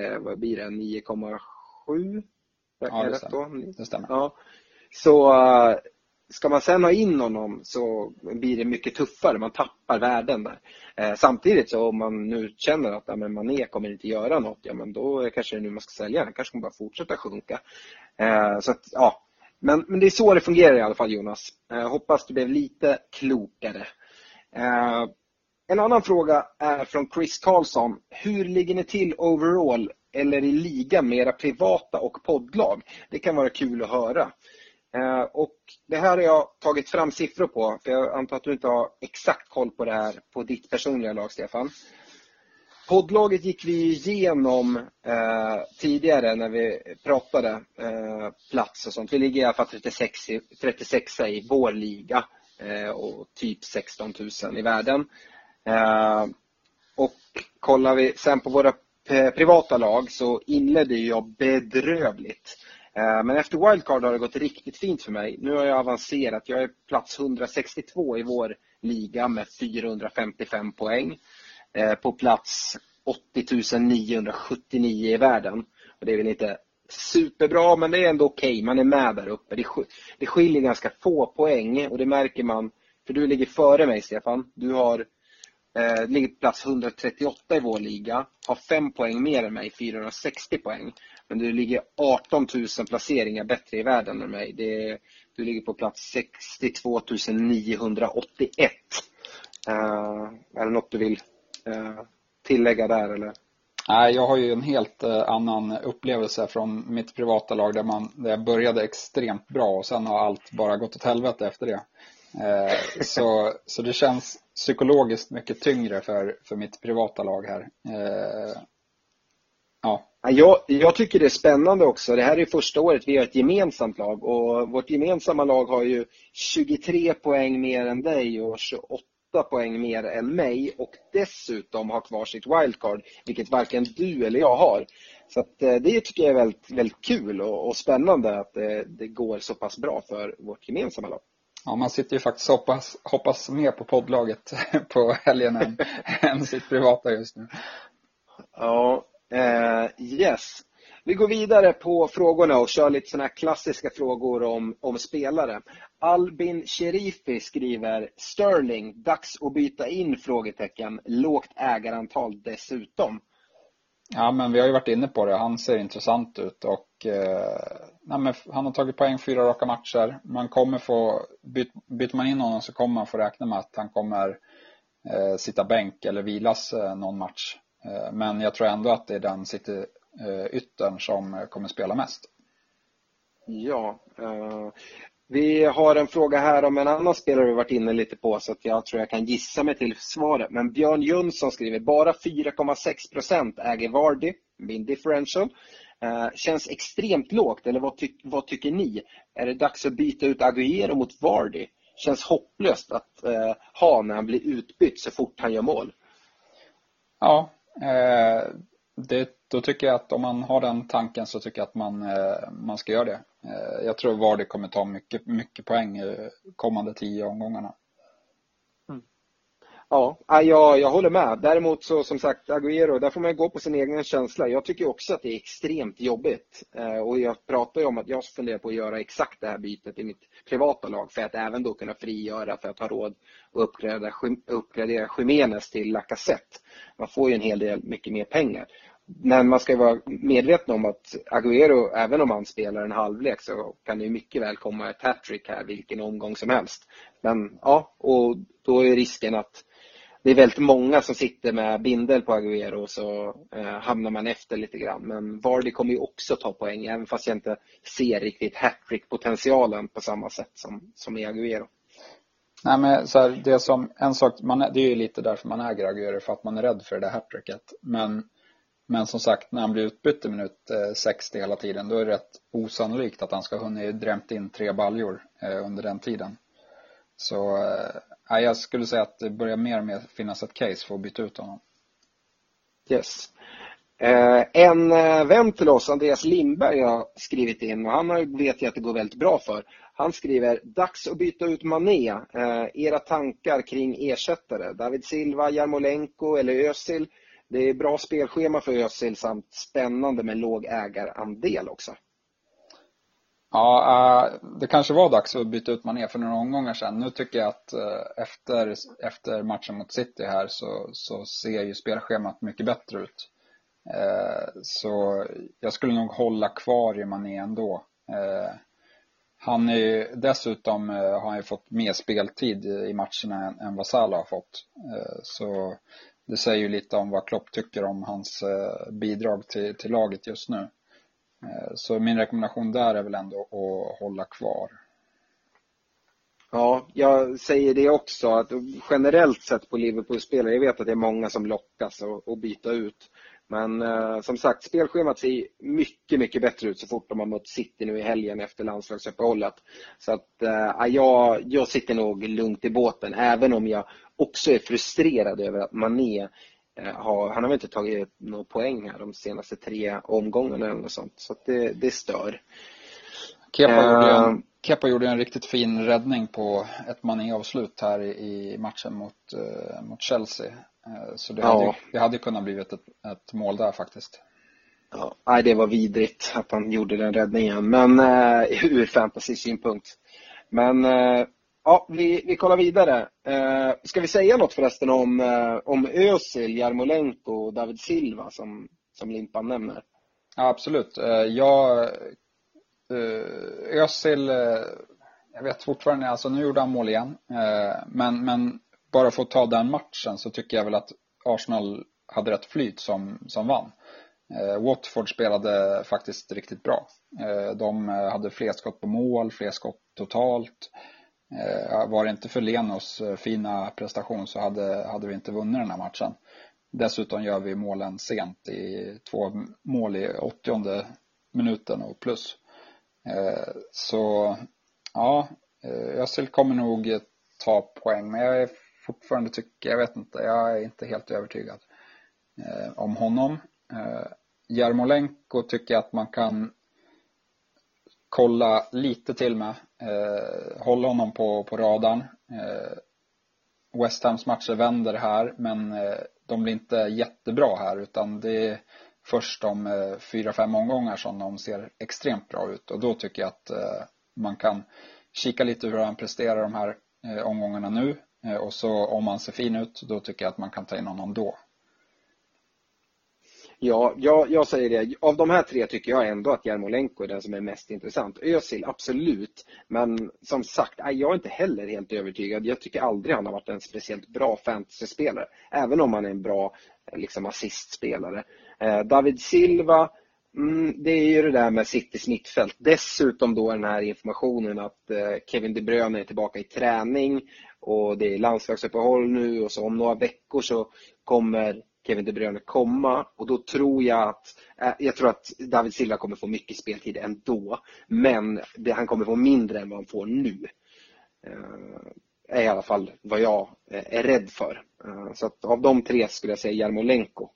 9,7. Ja, det stämmer. Ja. Så ska man sen ha in honom så blir det mycket tuffare. Man tappar värden där. Samtidigt så om man nu känner att Mané kommer inte göra något, ja, men då kanske det är nu man ska sälja den. Kanske kommer bara fortsätta sjunka. Så att, ja. Men det är så det fungerar i alla fall, Jonas. Hoppas du blev lite klokare. En annan fråga är från Chris Karlsson. Hur ligger ni till overall eller i liga med era privata och poddlag? Det kan vara kul att höra. Och det här har jag tagit fram siffror på, för jag antar att du inte har exakt koll på det här på ditt personliga lag, Stefan. Poddlaget gick vi igenom tidigare när vi pratade plats och sånt. Vi ligger i alla fall 36 i vår liga och typ 16 000 i världen. Och kollar vi sen på våra privata lag så inledde jag bedrövligt. Men efter wildcard har det gått riktigt fint för mig. Nu har jag avancerat. Jag är plats 162 i vår liga med 455 poäng. På plats 80 979 i världen. Och det är väl inte superbra, men det är ändå okej. Man är med där uppe. Det skiljer ganska få poäng och det märker man. För du ligger före mig, Stefan. Du ligger på plats 138 i vår liga. Har 5 poäng mer än mig, 460 poäng. Men du ligger 18 000 placeringar bättre i världen än mig. Du ligger på plats 62 981. Är det något du vill tillägga där eller? Nej, jag har ju en helt annan upplevelse från mitt privata lag där jag började extremt bra och sen har allt bara gått åt helvete efter det. Så det känns psykologiskt mycket tyngre för mitt privata lag här. Ja. Jag tycker det är spännande också. Det här är första året vi har ett gemensamt lag och vårt gemensamma lag har ju 23 poäng mer än dig och 28 poäng mer än mig och dessutom har kvar sitt wildcard, vilket varken du eller jag har. Så att, det tycker jag är väldigt, väldigt kul och spännande att det går så pass bra för vårt gemensamma lag. Ja, man sitter ju faktiskt hoppas mer på poddlaget på helgen än sitt privata just nu. Ja, yes. Vi går vidare på frågorna och kör lite såna här klassiska frågor om spelare. Albin Sherifi skriver: Sterling, dags att byta in? Frågetecken. Lågt ägarantal dessutom. Ja, men vi har ju varit inne på det. Han ser intressant ut och han har tagit poäng 4 raka matcher. Man kommer byter man in honom så kommer man få räkna med att han kommer sitta bänk eller vilas någon match. Men jag tror ändå att det är den sitter yttern som kommer spela mest. Ja, Vi har en fråga här om en annan spelare vi varit inne lite på, så att jag tror jag kan gissa mig till svaret. Men Björn Jönsson skriver, bara 4,6% äger Vardy, min differential. Känns extremt lågt, eller vad tycker ni? Är det dags att byta ut Agüero mot Vardy? Känns hopplöst att ha när han blir utbytt så fort han gör mål. Ja, då tycker jag att om man har den tanken så tycker jag att man ska göra det. Jag tror Vardy kommer ta mycket poäng i kommande 10 omgångarna. Ja, jag håller med. Däremot så som sagt, Agüero, där får man gå på sin egen känsla. Jag tycker också att det är extremt jobbigt. Och jag pratar ju om att jag funderar på att göra exakt det här bytet i mitt privata lag. För att även då kunna frigöra för att ha råd och uppgradera Jimenez till Lacazette. Man får ju en hel del mycket mer pengar. Men man ska ju vara medveten om att Agüero, även om han spelar en halvlek, så kan det ju mycket väl komma ett hattrick här vilken omgång som helst. Men ja, och då är risken att det är väldigt många som sitter med bindel på Agüero, så hamnar man efter lite grann. Men Vardy kommer ju också ta poäng, även fast jag inte ser riktigt hattrick-potentialen på samma sätt som i Agüero. Nej, men så här, det är ju lite därför man äger Agüero, för att man är rädd för det där hattricket. Men som sagt, när han blir utbytt i minut 60 hela tiden, då är det rätt osannolikt att han ska hunnit drämt in 3 baljor under den tiden. Så jag skulle säga att det börjar mer och mer finnas ett case för att byta ut honom. Yes. En vän till oss, Andreas Lindberg, har skrivit in, och han vet jag att det går väldigt bra för. Han skriver, dags att byta ut Mané. Era tankar kring ersättare. David Silva, Jarmolenko eller Özil. Det är bra spelschema för Özil samt spännande med låg ägarandel också. Ja, det kanske var dags att byta ut Mané för några omgångar sedan. Nu tycker jag att efter matchen mot City här så ser ju spelschemat mycket bättre ut. Så jag skulle nog hålla kvar i Mané ändå. Han är dessutom har han ju fått mer speltid i matcherna än vad Salah har fått. Så det säger ju lite om vad Klopp tycker om hans bidrag till laget just nu. Så min rekommendation där är väl ändå att hålla kvar. Ja, jag säger det också. Att generellt sett på Liverpool-spelare, jag vet att det är många som lockas att byta ut. Men som sagt, spelschemat ser mycket, mycket bättre ut så fort de har mött City nu i helgen efter landslagsuppehållet. Så att jag sitter nog lugnt i båten, även om jag också är frustrerad över att Mané han har väl inte tagit några poäng här de senaste 3 omgångarna eller något sånt. Så att det stör. Kepa gjorde en riktigt fin räddning på ett Mané-avslut här i matchen mot Chelsea. Så det hade kunnat blivit ett mål där faktiskt. Ja, nej, det var vidrigt att han gjorde den räddningen. Men ur fantasy-synpunkt. Men ja, vi kollar vidare. Ska vi säga något förresten om Özil, Jarmolenko och David Silva som Limpan nämner? Ja, absolut. Özil, jag vet fortfarande, alltså nu gjorde han mål igen. Men bara för att ta den matchen så tycker jag väl att Arsenal hade rätt flyt som vann. Watford spelade faktiskt riktigt bra. De hade fler skott på mål, fler skott totalt. Var det inte för Lenos fina prestation så hade vi inte vunnit den här matchen. Dessutom gör vi målen sent, i 2 mål i 80:e minuten och plus. Så ja, Özil kommer nog ta poäng, men jag är fortfarande jag är inte helt övertygad om honom. Jarmolenko tycker jag att man kan kolla lite till med. Hålla honom på radarn. West Hams matcher vänder här, men de blir inte jättebra här, utan det är först om 4-5 omgångar som de ser extremt bra ut. Och då tycker jag att man kan kika lite hur han presterar de här omgångarna nu. Och så om han ser fin ut, då tycker jag att man kan ta in honom då. Ja, jag säger det. Av de här 3 tycker jag ändå att Jarmolenko är den som är mest intressant. Özil, absolut. Men som sagt, jag är inte heller helt övertygad. Jag tycker aldrig han har varit en speciellt bra fantasy-spelare. Även om han är en bra assistspelare. David Silva Det är ju det där med Citys mittfält. Dessutom då den här informationen att Kevin De Bruyne är tillbaka i träning och det är landslagsuppehåll nu och så om några veckor så kommer Kevin De Bruyne komma och då tror jag tror att David Silva kommer få mycket speltid ändå, men han kommer få mindre än vad han får nu. Är i alla fall vad jag är rädd för. Så att av de tre skulle jag säga Jarmolenko.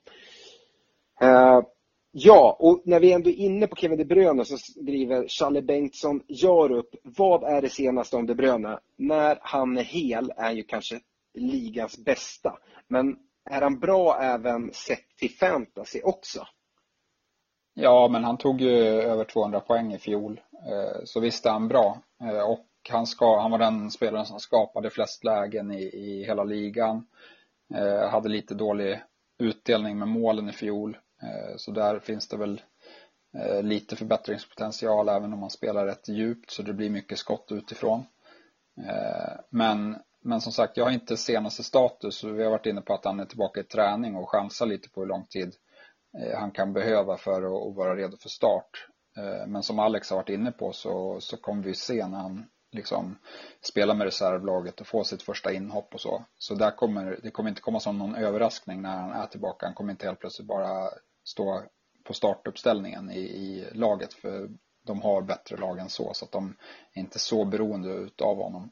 Ja, och när vi ändå är inne på Kevin De Bruyne så skriver Challe Bengtsson Jarup, vad är det senaste om De Bruyne? När han är hel är han ju kanske ligans bästa, men är han bra även sett till fantasy också? Ja, men han tog ju över 200 poäng i fjol, så visst är han bra. Och han var den spelaren som skapade flest lägen i hela ligan. Hade lite dålig utdelning med målen i fjol. Så där finns det väl lite förbättringspotential även om man spelar rätt djupt så det blir mycket skott utifrån. Men som sagt, jag har inte senaste status. Vi har varit inne på att han är tillbaka i träning och chansar lite på hur lång tid han kan behöva för att vara redo för start. Men som Alex har varit inne på så kommer vi se när han liksom spelar med reservlaget och får sitt första inhopp och så. Så det kommer inte komma som någon överraskning när han är tillbaka. Han kommer inte helt plötsligt bara stå på startuppställningen i laget, för de har bättre lag än så att de är inte så beroende av honom.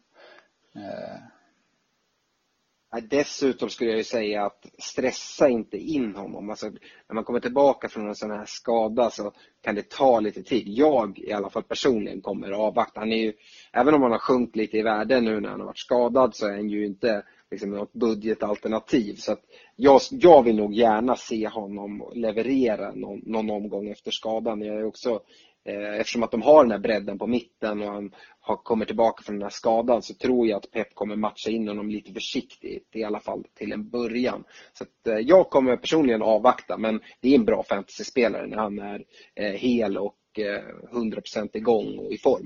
Dessutom skulle jag ju säga att stressa inte in honom. Alltså, när man kommer tillbaka från en sån här skada så kan det ta lite tid. Jag i alla fall personligen kommer att avvakta. Han är ju, även om han har sjunkit lite i värde nu när han har varit skadad så är han ju inte liksom något budgetalternativ. Så att jag vill nog gärna se honom leverera någon omgång efter skadan. Jag är också, eftersom att de har den här bredden på mitten och han kommer tillbaka från den här skadan så tror jag att Pep kommer matcha in honom lite försiktigt i alla fall till en början. Så att jag kommer personligen avvakta, men det är en bra fantasyspelare när han är hel och 100% igång och i form.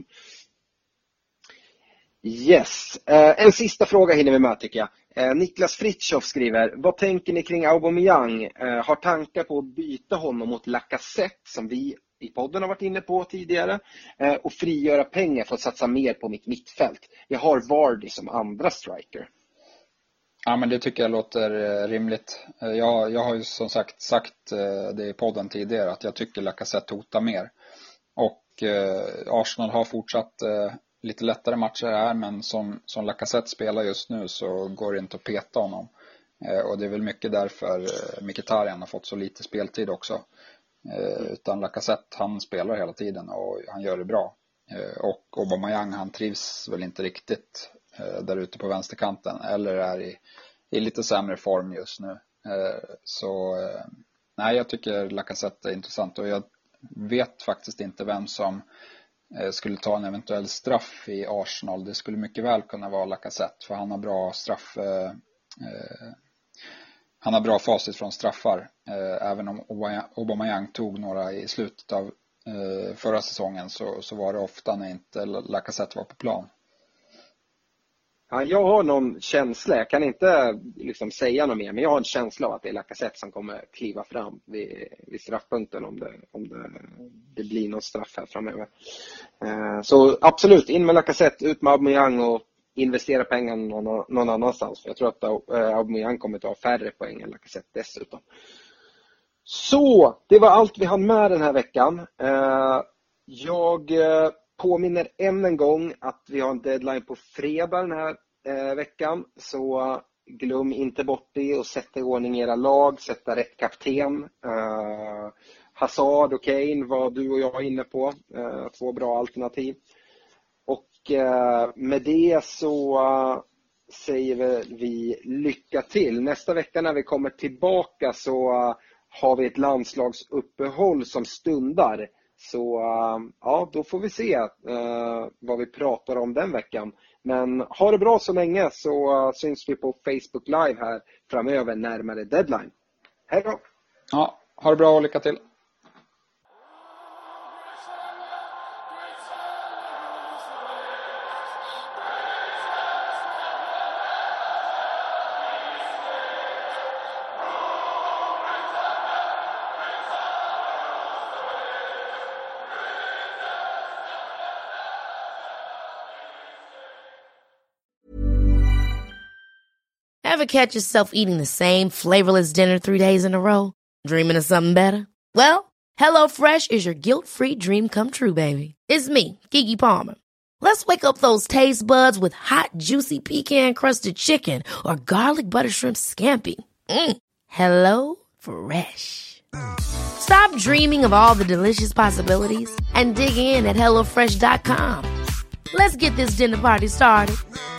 Yes, en sista fråga hinner vi med tycker jag. Niklas Fritjof skriver, vad tänker ni kring Aubameyang? Har tankar på att byta honom mot Lacazette som vi i podden har varit inne på tidigare och frigöra pengar för att satsa mer på mitt mittfält? Jag har Vardy som andra striker. Ja, men det tycker jag låter rimligt. Jag har ju som sagt det i podden tidigare att jag tycker Lacazette hotar mer. Och Arsenal har fortsatt lite lättare matcher här, men som Lacazette spelar just nu så går det inte att peta honom. Och det är väl mycket därför Mkhitaryan har fått så lite speltid också. Utan Lacazette, han spelar hela tiden och han gör det bra. Och Aubameyang, han trivs väl inte riktigt där ute på vänsterkanten eller är i lite sämre form just nu. Nej, jag tycker Lacazette är intressant och jag vet faktiskt inte vem som skulle ta en eventuell straff i Arsenal. Det skulle mycket väl kunna vara Lacazette, för han har bra han har bra facit från straffar. Även om Aubameyang tog några i slutet av förra säsongen så var det ofta när inte Lacazette var på plan. Ja, jag har någon känsla, jag kan inte liksom säga något mer, men jag har en känsla av att det är Lacazette som kommer kliva fram vid straffpunkten om det blir någon straff här framöver. Så absolut, in med Lacazette, ut med Aubameyang och investera pengar någon annanstans. För jag tror att Aubameyang kommer att ha färre poäng än Lacazette dessutom. Så, det var allt vi hann med den här veckan. Jag påminner än en gång att vi har en deadline på fredag den här veckan. Så glöm inte bort det och sätta i ordning era lag, sätta rätt kapten. Hazard och Kane var du och jag inne på. 2 bra alternativ. Och med det så säger vi lycka till. Nästa vecka när vi kommer tillbaka så har vi ett landslagsuppehåll som stundar. Så ja, då får vi se vad vi pratar om den veckan. Men ha det bra så länge, så syns vi på Facebook Live här framöver närmare deadline. Hej då! Ja, ha det bra och lycka till! Ever catch yourself eating the same flavorless dinner 3 days in a row? Dreaming of something better? Well, HelloFresh is your guilt-free dream come true, baby. It's me, Keke Palmer. Let's wake up those taste buds with hot, juicy pecan-crusted chicken or garlic butter shrimp scampi. Hello Fresh. Stop dreaming of all the delicious possibilities and dig in at HelloFresh.com. Let's get this dinner party started.